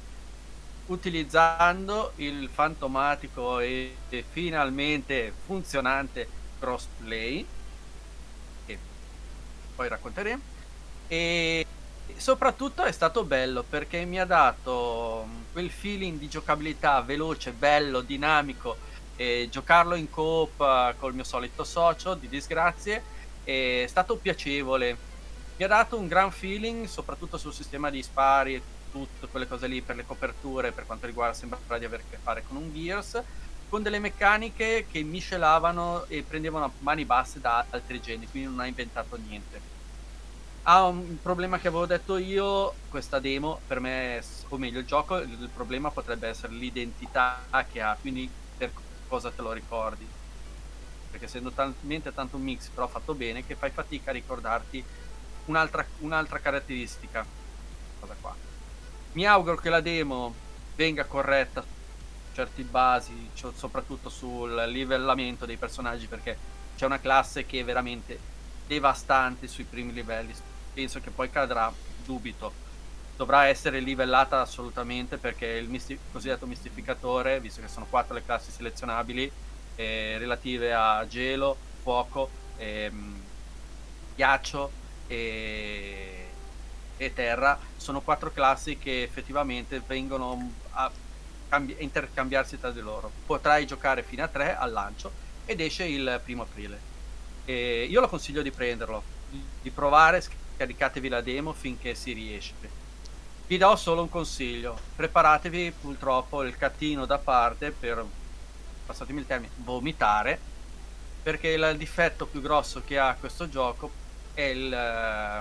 [SPEAKER 5] utilizzando il fantomatico e, e finalmente funzionante crossplay, che poi racconteremo, e soprattutto è stato bello perché mi ha dato quel feeling di giocabilità veloce, bello, dinamico, e giocarlo in coop eh, col mio solito socio di disgrazie è stato piacevole. Mi ha dato un gran feeling soprattutto sul sistema di spari e tutte quelle cose lì, per le coperture, per quanto riguarda, sembra di avere a che fare con un Gears, con delle meccaniche che miscelavano e prendevano a mani basse da altri generi, quindi non ha inventato niente. Ha un problema che avevo detto io, questa demo per me, o meglio il gioco, il problema potrebbe essere l'identità che ha, quindi per cosa te lo ricordi, perché essendo talmente tanto un mix però fatto bene che fai fatica a ricordarti un'altra, un'altra caratteristica. Cosa qua. Mi auguro che la demo venga corretta su certi basi, cioè soprattutto sul livellamento dei personaggi, perché c'è una classe che è veramente devastante sui primi livelli. Penso che poi cadrà, dubito. Dovrà essere livellata assolutamente, perché il misti- cosiddetto mistificatore, visto che sono quattro le classi selezionabili eh, relative a gelo, fuoco, ehm, ghiaccio e, e terra, sono quattro classi che effettivamente vengono a cambi- intercambiarsi tra di loro. Potrai giocare fino a tre al lancio ed esce il primo aprile. E io lo consiglio di prenderlo, di, di provare, scaricatevi la demo finché si riesce. Vi do solo un consiglio: preparatevi purtroppo il catino da parte per, passatemi il termine, vomitare, perché il difetto più grosso che ha questo gioco è il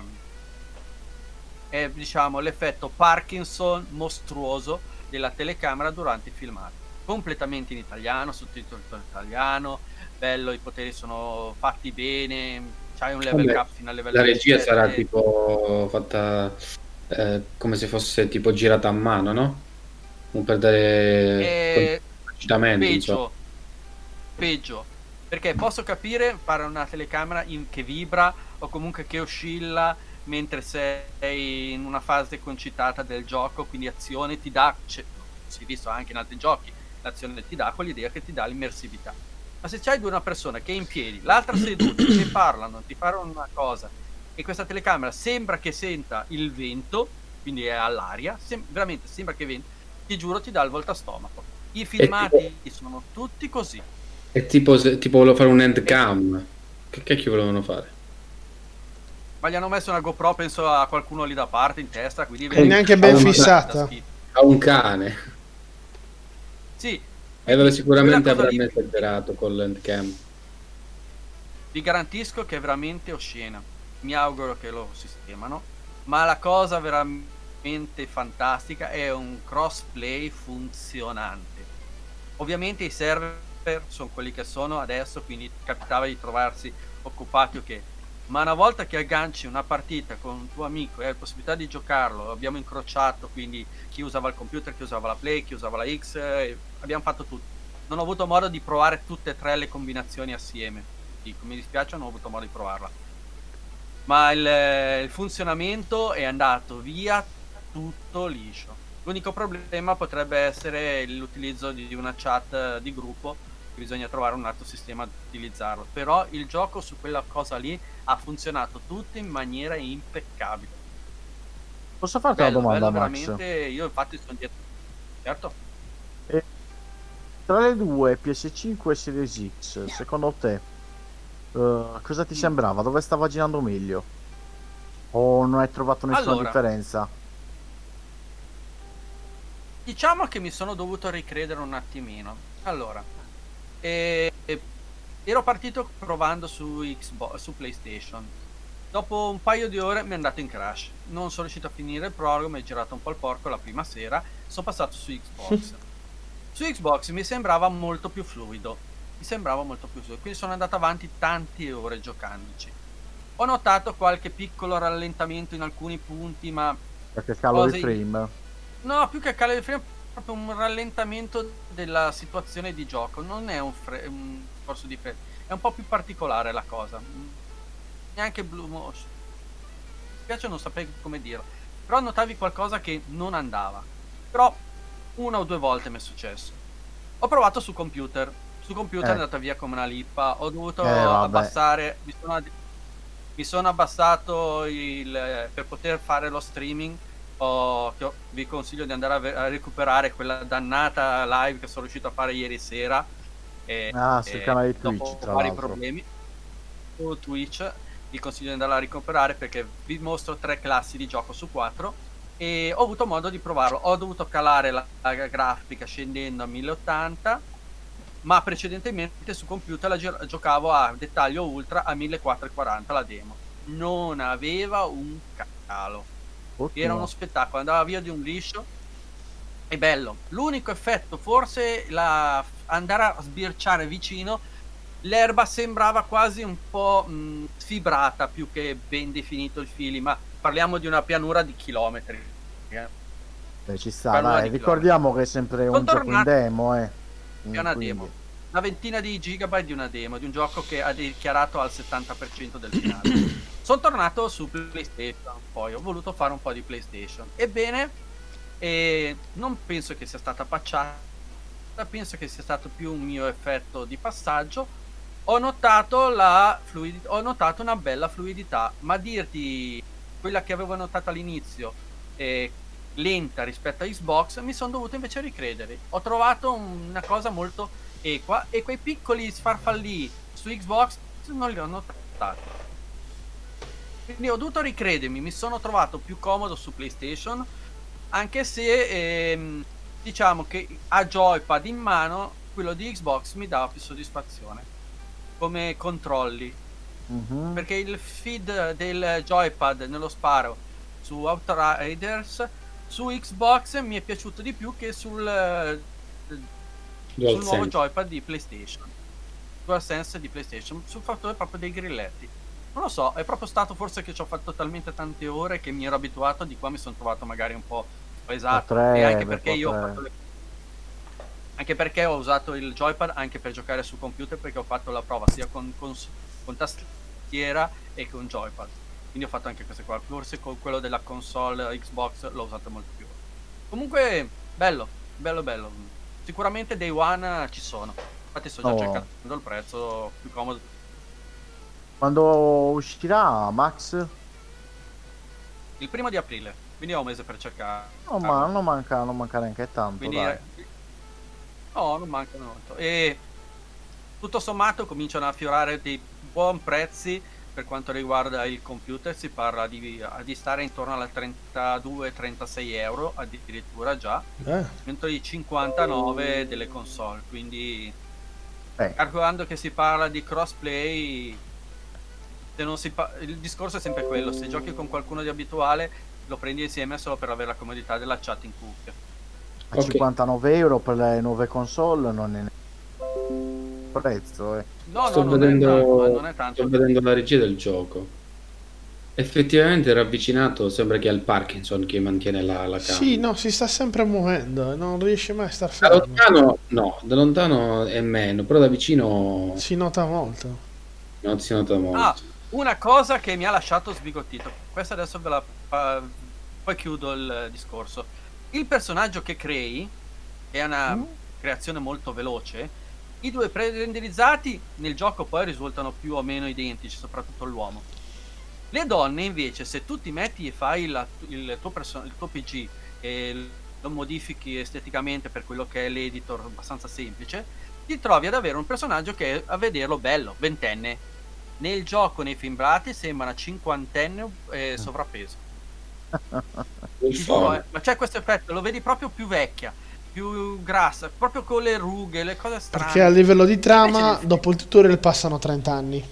[SPEAKER 5] è diciamo l'effetto Parkinson mostruoso della telecamera durante i filmati, completamente in italiano, sottotitolo in italiano, bello, i poteri sono fatti bene, c'hai un level
[SPEAKER 4] Vabbè,
[SPEAKER 5] cap fino al livello
[SPEAKER 4] la regia
[SPEAKER 5] diciassette.
[SPEAKER 4] sarà tipo fatta eh, come se fosse tipo girata a mano, no? Non per dare
[SPEAKER 5] E
[SPEAKER 4] concretamente, insomma.
[SPEAKER 5] peggio, peggio, perché posso capire fare una telecamera in- che vibra o comunque che oscilla mentre sei in una fase concitata del gioco, quindi azione ti dà, cioè, si è visto anche in altri giochi, l'azione ti dà quell'idea che ti dà l'immersività. Ma se c'hai due una persona che è in piedi, l'altra seduta, che parlano, ti fanno una cosa, e questa telecamera sembra che senta il vento, quindi è all'aria, sem- veramente sembra che venti, ti giuro ti dà il voltastomaco. I filmati sono tutti così.
[SPEAKER 4] È tipo, se, tipo volevo fare un endcam. Che cacchio volevano fare?
[SPEAKER 5] Ma gli hanno messo una GoPro, penso, a qualcuno lì da parte in testa, quindi
[SPEAKER 2] E neanche ben
[SPEAKER 4] un-
[SPEAKER 2] fissata.
[SPEAKER 4] A un cane.
[SPEAKER 5] Sì,
[SPEAKER 4] E allora
[SPEAKER 5] quindi
[SPEAKER 4] sicuramente
[SPEAKER 5] quella cosa
[SPEAKER 4] avrà
[SPEAKER 5] lì
[SPEAKER 4] esagerato con l'endcam.
[SPEAKER 5] vi garantisco che è veramente oscena. Mi auguro che lo sistemano, ma la cosa veramente fantastica è un crossplay funzionante. Ovviamente i server sono quelli che sono adesso, quindi capitava di trovarsi occupati, ok, ma una volta che agganci una partita con un tuo amico e hai la possibilità di giocarlo, abbiamo incrociato, quindi chi usava il computer, chi usava la Play, chi usava la X, eh, abbiamo fatto tutto. Non ho avuto modo di provare tutte e tre le combinazioni assieme, dico, mi dispiace, non ho avuto modo di provarla, ma il, il funzionamento è andato via tutto liscio. L'unico problema potrebbe essere l'utilizzo di una chat di gruppo, che bisogna trovare un altro sistema da utilizzarlo, però il gioco su quella cosa lì ha funzionato tutto in maniera impeccabile.
[SPEAKER 3] Posso farti
[SPEAKER 5] Bello,
[SPEAKER 3] una domanda,
[SPEAKER 5] bello,
[SPEAKER 3] Max?
[SPEAKER 5] veramente, io infatti sono dietro. Certo.
[SPEAKER 3] E tra le due, P S cinque e Series X, secondo te eh, cosa ti
[SPEAKER 5] Mm.
[SPEAKER 3] sembrava? Dove stava girando meglio? O non hai trovato nessuna
[SPEAKER 5] Allora.
[SPEAKER 3] differenza?
[SPEAKER 5] Diciamo che mi sono dovuto ricredere un attimino. Allora, eh, eh, ero partito provando su Xbox, su PlayStation. Dopo un paio di ore mi è andato in crash. Non sono riuscito a finire il prologo, mi è girato un po' il porco la prima sera. Sono passato su Xbox. Su Xbox mi sembrava molto più fluido. Mi sembrava molto più fluido. Quindi sono andato avanti tante ore giocandoci. Ho notato qualche piccolo rallentamento in alcuni punti, ma
[SPEAKER 3] Perché calo di
[SPEAKER 5] Cose-
[SPEAKER 3] frame?
[SPEAKER 5] no, più che calo di frame, proprio un rallentamento della situazione di gioco. Non è un, fre- un corso di frame, è un po' più particolare la cosa. Mm, Neanche Blue Motion. Mi spiace, non saprei come dirlo. Però notavi qualcosa che non andava. Però una o due volte mi è successo. Ho provato su computer. Su computer
[SPEAKER 3] Eh.
[SPEAKER 5] è andata via come una lippa. Ho dovuto
[SPEAKER 3] Eh, vabbè.
[SPEAKER 5] abbassare. Mi sono, mi sono abbassato il, per poter fare lo streaming. Ho- che ho- vi consiglio di andare a, ve- a recuperare quella dannata live che sono riuscito a fare ieri sera. E,
[SPEAKER 3] Ah, sul
[SPEAKER 5] e
[SPEAKER 3] canale di
[SPEAKER 5] dopo
[SPEAKER 3] Twitch, tra
[SPEAKER 5] vari
[SPEAKER 3] l'altro.
[SPEAKER 5] problemi su Twitch. Vi consiglio di andarla a recuperare perché vi mostro tre classi di gioco su quattro e ho avuto modo di provarlo. Ho dovuto calare la, la grafica scendendo a mille ottanta, ma precedentemente su computer la gio- giocavo a dettaglio ultra a millequattrocentoquaranta la demo. Non aveva un calo.
[SPEAKER 3] Ottimo.
[SPEAKER 5] Era uno spettacolo, andava via di un liscio. È bello. L'unico effetto, forse la andare a sbirciare vicino, l'erba sembrava quasi un po' mh, sfibrata più che ben definito il fili, ma parliamo di una pianura di chilometri. Eh.
[SPEAKER 3] Beh, ci sta,
[SPEAKER 5] Pianura
[SPEAKER 3] dai,
[SPEAKER 5] di
[SPEAKER 3] ricordiamo che è sempre
[SPEAKER 5] Sono
[SPEAKER 3] un gioco in
[SPEAKER 5] tornato-
[SPEAKER 3] demo, eh.
[SPEAKER 5] È una
[SPEAKER 3] Quindi-
[SPEAKER 5] demo, una ventina di gigabyte di una demo, di un gioco che ha dichiarato al settanta per cento del finale. Sono tornato su PlayStation, poi ho voluto fare un po' di PlayStation. Ebbene, eh, non penso che sia stata patchata, penso che sia stato più un mio effetto di passaggio. Ho notato la fluidità, ho notato una bella fluidità, ma dirti quella che avevo notato all'inizio, eh, lenta rispetto a Xbox, mi sono dovuto invece ricredere. Ho trovato una cosa molto equa e quei piccoli sfarfallì su Xbox non li ho notati. Quindi ho dovuto ricredermi, mi sono trovato più comodo su PlayStation, anche se ehm, diciamo che a joypad in mano quello di Xbox mi dava più soddisfazione come controlli,
[SPEAKER 3] Mhm.
[SPEAKER 5] perché il feed del joypad nello sparo su Outriders su Xbox mi è piaciuto di più che sul, eh, sul nuovo
[SPEAKER 4] DualSense.
[SPEAKER 5] joypad di PlayStation, DualSense di PlayStation, sul fattore proprio dei grilletti. Non lo so, è proprio stato forse che ci ho fatto talmente tante ore che mi ero abituato, di qua mi sono trovato magari un po' esatto,
[SPEAKER 3] Potrebbe,
[SPEAKER 5] e anche perché io ho
[SPEAKER 3] potrebbe.
[SPEAKER 5] fatto le... anche perché ho usato il joypad anche per giocare su computer, perché ho fatto la prova sia con, con, con tastiera e con joypad, quindi ho fatto anche queste qua. Forse con quello della console Xbox l'ho usato molto più. Comunque bello, bello bello, sicuramente Day One ci sono, infatti sto già
[SPEAKER 3] Oh.
[SPEAKER 5] cercando il prezzo più comodo.
[SPEAKER 3] Quando uscirà, Max?
[SPEAKER 5] Il primo di aprile, quindi ho un mese per cercare.
[SPEAKER 3] No, ma non manca, non manca neanche tanto,
[SPEAKER 5] Quindi
[SPEAKER 3] dai.
[SPEAKER 5] eh, no, non mancano molto. E tutto sommato cominciano a affiorare dei buoni prezzi per quanto riguarda il computer. Si parla di, di stare intorno alla trentadue trentasei euro addirittura già,
[SPEAKER 2] Eh,
[SPEAKER 5] mentre i cinquantanove delle console. Quindi
[SPEAKER 3] Beh,
[SPEAKER 5] calcolando che si parla di crossplay, se non si pa- il discorso è sempre quello: se giochi con qualcuno di abituale lo prendi insieme solo per avere la comodità della chat in cuffia.
[SPEAKER 3] a
[SPEAKER 4] Ok.
[SPEAKER 3] cinquantanove euro per le nuove console non è prezzo, eh.
[SPEAKER 5] No,
[SPEAKER 4] sto,
[SPEAKER 5] no, non
[SPEAKER 4] vedendo,
[SPEAKER 5] è tanto, eh, non è tanto.
[SPEAKER 4] sto vedendo la regia del gioco. Effettivamente ravvicinato, sembra che è il Parkinson che mantiene la, la cam.
[SPEAKER 2] sì, no, si sta sempre muovendo, non riesce mai a star
[SPEAKER 4] Da
[SPEAKER 2] fermo.
[SPEAKER 4] lontano, no, da lontano è meno, però da vicino
[SPEAKER 2] Si nota molto.
[SPEAKER 4] non si nota molto.
[SPEAKER 5] Ah, una cosa che mi ha lasciato sbigottito. Questa adesso ve la fa- poi chiudo il discorso. Il personaggio che crei è una creazione molto veloce. I due pre-renderizzati nel gioco poi risultano più o meno identici, soprattutto l'uomo. Le donne invece, se tu ti metti e fai la- il, tuo perso- il tuo P G e lo modifichi esteticamente per quello che è l'editor abbastanza semplice, ti trovi ad avere un personaggio che è a vederlo bello, ventenne. Nel gioco, nei filmati, sembra una cinquantenne eh, sovrappeso.
[SPEAKER 4] Il
[SPEAKER 5] Ti giuro,
[SPEAKER 4] phone.
[SPEAKER 5] eh, ma c'è questo effetto, lo vedi proprio più vecchia, più grassa, proprio con le rughe, le cose strane.
[SPEAKER 2] Perché a livello di trama,
[SPEAKER 5] Invece nel-
[SPEAKER 2] dopo il tutorial passano trenta anni.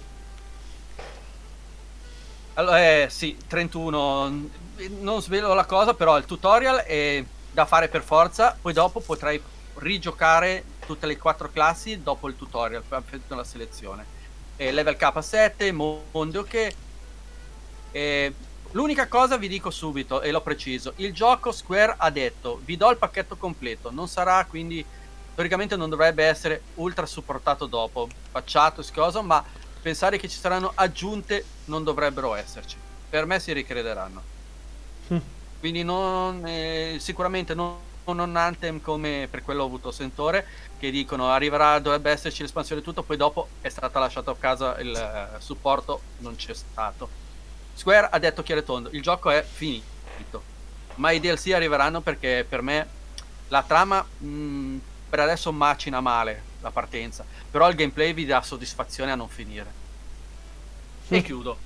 [SPEAKER 5] Allora, eh, sì, trentuno, non svelo la cosa, però il tutorial è da fare per forza, poi dopo potrai rigiocare tutte le quattro classi dopo il tutorial, facendo la selezione. Eh, level K sette, mondo ok. Eh, l'unica cosa vi dico subito, e l'ho preciso, il gioco Square ha detto, vi do il pacchetto completo, non sarà quindi, teoricamente non dovrebbe essere ultra supportato dopo, facciato, scoso, ma pensare che ci saranno aggiunte non dovrebbero esserci. Per me si ricrederanno.
[SPEAKER 2] Mm.
[SPEAKER 5] Quindi non, eh, sicuramente non, non Anthem come per quello ho avuto sentore, che dicono arriverà, dovrebbe esserci l'espansione e tutto, poi dopo è stata lasciata a casa il eh, supporto, non c'è stato. Square ha detto chiaro e tondo, il gioco è finito, ma i D L C arriveranno, perché per me la trama mh, per adesso macina male la partenza, però il gameplay vi dà soddisfazione a non finire. E chiudo.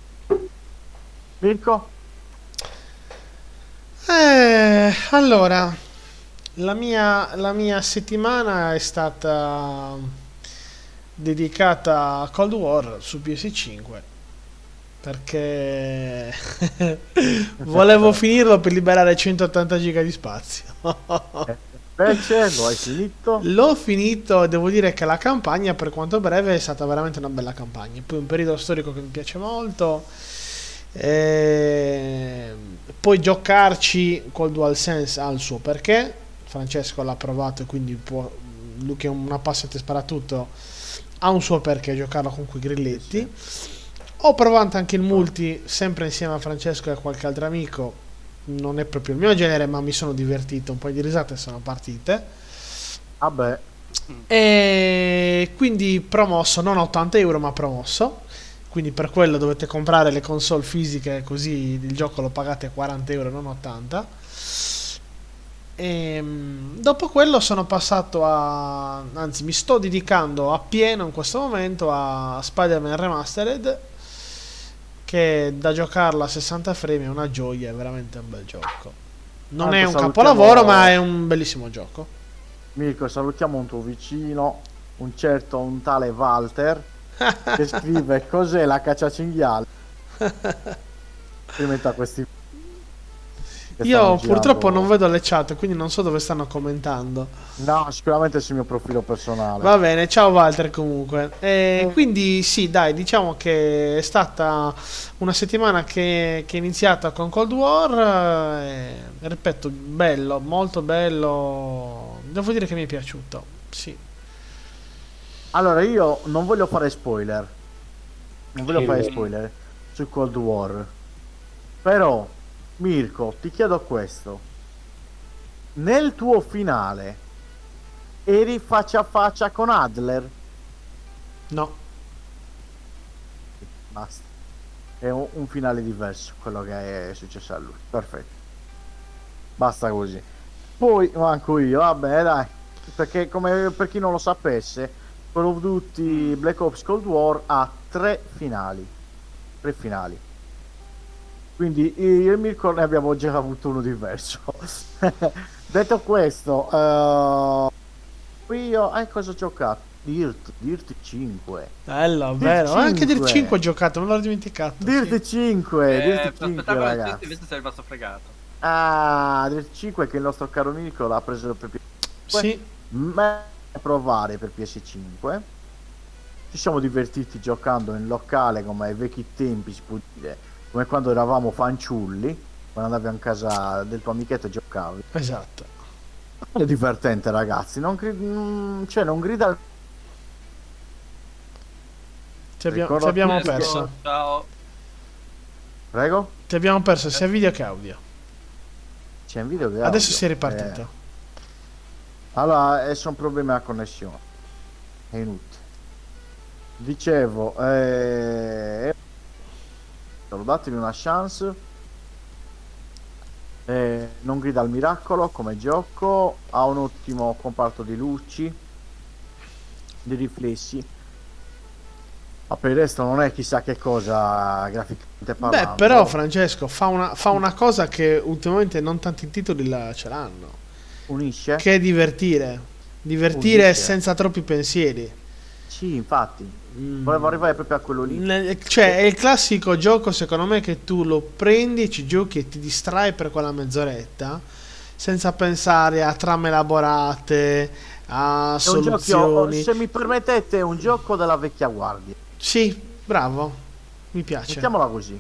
[SPEAKER 3] Mirko?
[SPEAKER 2] Eh, allora, la mia, la mia settimana è stata dedicata a Cold War su P S cinque, perché volevo finirlo per liberare centottanta giga di spazio.
[SPEAKER 3] Invece lo hai finito?
[SPEAKER 2] L'ho finito, devo dire che la campagna, per quanto breve, è stata veramente una bella campagna. Poi un periodo storico che mi piace molto. E... poi giocarci col DualSense ha il suo perché. Francesco l'ha provato e quindi può, lui che è una passate sparatutto, ha un suo perché giocarlo con quei grilletti. Ho provato anche il multi, sempre insieme a Francesco e a qualche altro amico. Non è proprio il mio genere, ma mi sono divertito, un po' di risate sono partite.
[SPEAKER 3] Vabbè.
[SPEAKER 2] E quindi promosso, non a ottanta euro ma promosso, quindi per quello dovete comprare le console fisiche, così il gioco lo pagate quaranta euro, non ottanta. E dopo quello sono passato a, anzi mi sto dedicando a pieno in questo momento a Spider-Man Remastered, che da giocarla a sessanta frame è una gioia, è veramente un bel gioco. Non
[SPEAKER 3] Tanto
[SPEAKER 2] è un
[SPEAKER 3] salutiamo-
[SPEAKER 2] capolavoro, ma è un bellissimo gioco.
[SPEAKER 3] Mirko, salutiamo un tuo vicino, un certo, un tale Walter, che scrive cos'è la cacciacinghiale. Rispetto a questi che
[SPEAKER 2] Io
[SPEAKER 3] stanno
[SPEAKER 2] purtroppo
[SPEAKER 3] girando.
[SPEAKER 2] non vedo le chat, quindi non so dove stanno commentando.
[SPEAKER 3] No, sicuramente sul mio profilo personale.
[SPEAKER 2] Va bene, ciao Walter comunque. E quindi sì, dai, diciamo che è stata una settimana che, che è iniziata con Cold War. E, ripeto, bello, molto bello. Devo dire che mi è piaciuto. Sì.
[SPEAKER 3] Allora, io non voglio fare spoiler. Non voglio
[SPEAKER 4] Sì,
[SPEAKER 3] fare
[SPEAKER 4] beh.
[SPEAKER 3] spoiler su Cold War. Però, Mirko, ti chiedo questo. Nel tuo finale eri faccia a faccia con Adler?
[SPEAKER 2] No.
[SPEAKER 3] Basta. È un, un finale diverso quello che è successo a lui. Perfetto. Basta così. Poi manco io, vabbè, dai. Perché come per chi non lo sapesse, Call of Duty Black Ops Cold War ha tre finali. Tre finali. Quindi io e Mirko ne abbiamo già avuto uno diverso. Detto questo, eh, io eh, cosa ho giocato? Dirt, Dirt cinque.
[SPEAKER 2] Bello,
[SPEAKER 3] Dirt
[SPEAKER 2] bello. Anche Dirt
[SPEAKER 3] cinque.
[SPEAKER 2] cinque ho giocato, me l'ho dimenticato.
[SPEAKER 3] Dirt
[SPEAKER 2] sì.
[SPEAKER 3] cinque,
[SPEAKER 5] Eh,
[SPEAKER 3] Dirt cinque,
[SPEAKER 5] aspettavo il test,
[SPEAKER 3] ragazzi.
[SPEAKER 5] invece sei rimasto fregato.
[SPEAKER 3] Ah, Dirt cinque che il nostro caro Mirko l'ha preso per P S cinque.
[SPEAKER 2] Sì.
[SPEAKER 3] Me a provare per P S cinque. Ci siamo divertiti giocando in locale come ai vecchi tempi, si può dire, come quando eravamo fanciulli, quando andavi a casa del tuo amichetto e giocavi.
[SPEAKER 2] Esatto.
[SPEAKER 3] È divertente, ragazzi, non, gri- mm, cioè, non grida.
[SPEAKER 2] Ti abbiamo,
[SPEAKER 3] Ricordo
[SPEAKER 2] ti abbiamo
[SPEAKER 3] appunto-
[SPEAKER 2] perso.
[SPEAKER 5] Ciao.
[SPEAKER 3] Prego?
[SPEAKER 2] Ti abbiamo perso sia video che audio.
[SPEAKER 3] C'è un video che
[SPEAKER 2] Adesso
[SPEAKER 3] audio.
[SPEAKER 2] si è ripartito.
[SPEAKER 3] Eh, allora, eh, sono problemi a connessione. È inutile. Dicevo, eh, datevi una chance. Eh, non grida al miracolo come gioco, ha un ottimo comparto di luci, di riflessi. Ma per il resto non è chissà che cosa graficamente parlando.
[SPEAKER 2] Beh, però Francesco fa una, fa una cosa che ultimamente non tanti titoli la, ce l'hanno.
[SPEAKER 3] unisce?
[SPEAKER 2] Che è divertire. Divertire
[SPEAKER 3] Unisce.
[SPEAKER 2] senza troppi pensieri.
[SPEAKER 3] Sì, infatti.
[SPEAKER 2] Mm.
[SPEAKER 3] Volevo arrivare proprio a quello lì.
[SPEAKER 2] Ne- Cioè, è il classico gioco, secondo me, che tu lo prendi, ci giochi e ti distrai per quella mezz'oretta, senza pensare a trame elaborate, a
[SPEAKER 3] È un gioco,
[SPEAKER 2] soluzioni.
[SPEAKER 3] se mi permettete, è un gioco della vecchia guardia.
[SPEAKER 2] Sì, bravo. Mi piace.
[SPEAKER 3] Mettiamola così.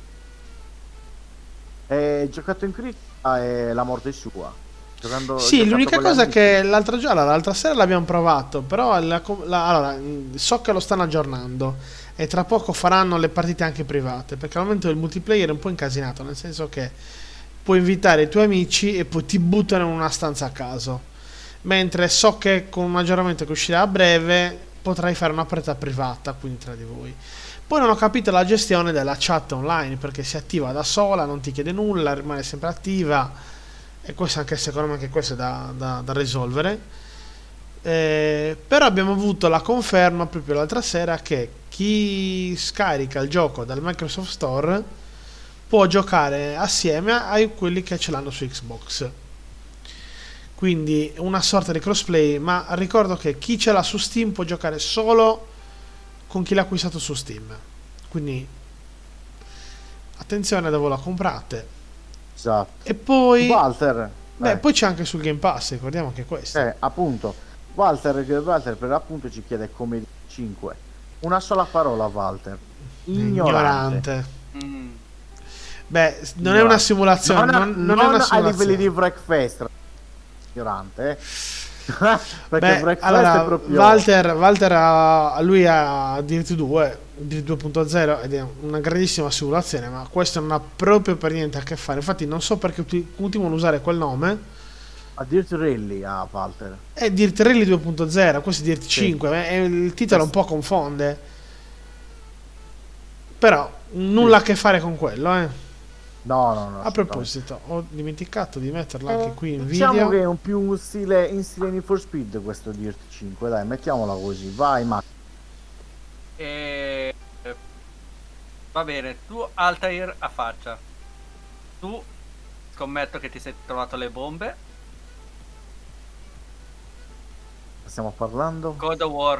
[SPEAKER 3] È giocato in critica e la morte è sua. Giocando,
[SPEAKER 2] Sì,
[SPEAKER 3] giocato
[SPEAKER 2] l'unica
[SPEAKER 3] con gli
[SPEAKER 2] cosa è
[SPEAKER 3] amici.
[SPEAKER 2] che l'altra, gio- allora, l'altra sera l'abbiamo provato, però la com- la- allora, mh, so che lo stanno aggiornando e tra poco faranno le partite anche private, perché al momento il multiplayer è un po' incasinato, nel senso che puoi invitare i tuoi amici e poi ti buttano in una stanza a caso, mentre so che con un aggiornamento che uscirà a breve potrai fare una partita privata, quindi tra di voi. Poi non ho capito la gestione della chat online, perché si attiva da sola, non ti chiede nulla, rimane sempre attiva. E questo anche secondo me anche questo è da, da- da risolvere. Eh, però abbiamo avuto la conferma proprio l'altra sera che chi scarica il gioco dal Microsoft Store può giocare assieme a quelli che ce l'hanno su Xbox, quindi una sorta di crossplay. Ma ricordo che chi ce l'ha su Steam può giocare solo con chi l'ha acquistato su Steam, quindi attenzione dove la comprate.
[SPEAKER 3] Esatto.
[SPEAKER 2] E poi
[SPEAKER 3] Walter,
[SPEAKER 2] Beh,
[SPEAKER 3] Eh.
[SPEAKER 2] poi c'è anche sul Game Pass, ricordiamo anche questo.
[SPEAKER 3] Eh, appunto, Walter, Walter per l'appunto ci chiede come cinque. Una sola parola, Walter. Ignorante.
[SPEAKER 2] Ignorante.
[SPEAKER 5] Mm.
[SPEAKER 2] Beh, non è una simulazione,
[SPEAKER 3] Non,
[SPEAKER 2] non, non
[SPEAKER 3] non
[SPEAKER 2] è una
[SPEAKER 3] a
[SPEAKER 2] simulazione.
[SPEAKER 3] livelli di breakfast. Ignorante, eh. Perché
[SPEAKER 2] Beh,
[SPEAKER 3] breakfast
[SPEAKER 2] allora,
[SPEAKER 3] è proprio...
[SPEAKER 2] Walter, Walter ha, lui ha Dirt due, Dirt due punto zero ed è una grandissima simulazione, ma questo non ha proprio per niente a che fare. Infatti non so perché tutti continuano a usare quel nome.
[SPEAKER 3] A Dirt Rally, ah, Walter.
[SPEAKER 2] È Dirt Rally due punto zero, questo è Dirt cinque, e il titolo un po' confonde. Però nulla a che fare con quello, eh.
[SPEAKER 3] No, no, no.
[SPEAKER 2] A proposito, ho dimenticato di metterlo anche qui in
[SPEAKER 3] Diciamo
[SPEAKER 2] video.
[SPEAKER 3] che è un più un stile in stile Need for Speed questo Dirt cinque, dai, mettiamola così. Vai, ma
[SPEAKER 5] E... Va bene, tu Altair a faccia. Tu scommetto che ti sei trovato le bombe.
[SPEAKER 3] stiamo parlando?
[SPEAKER 5] God of War.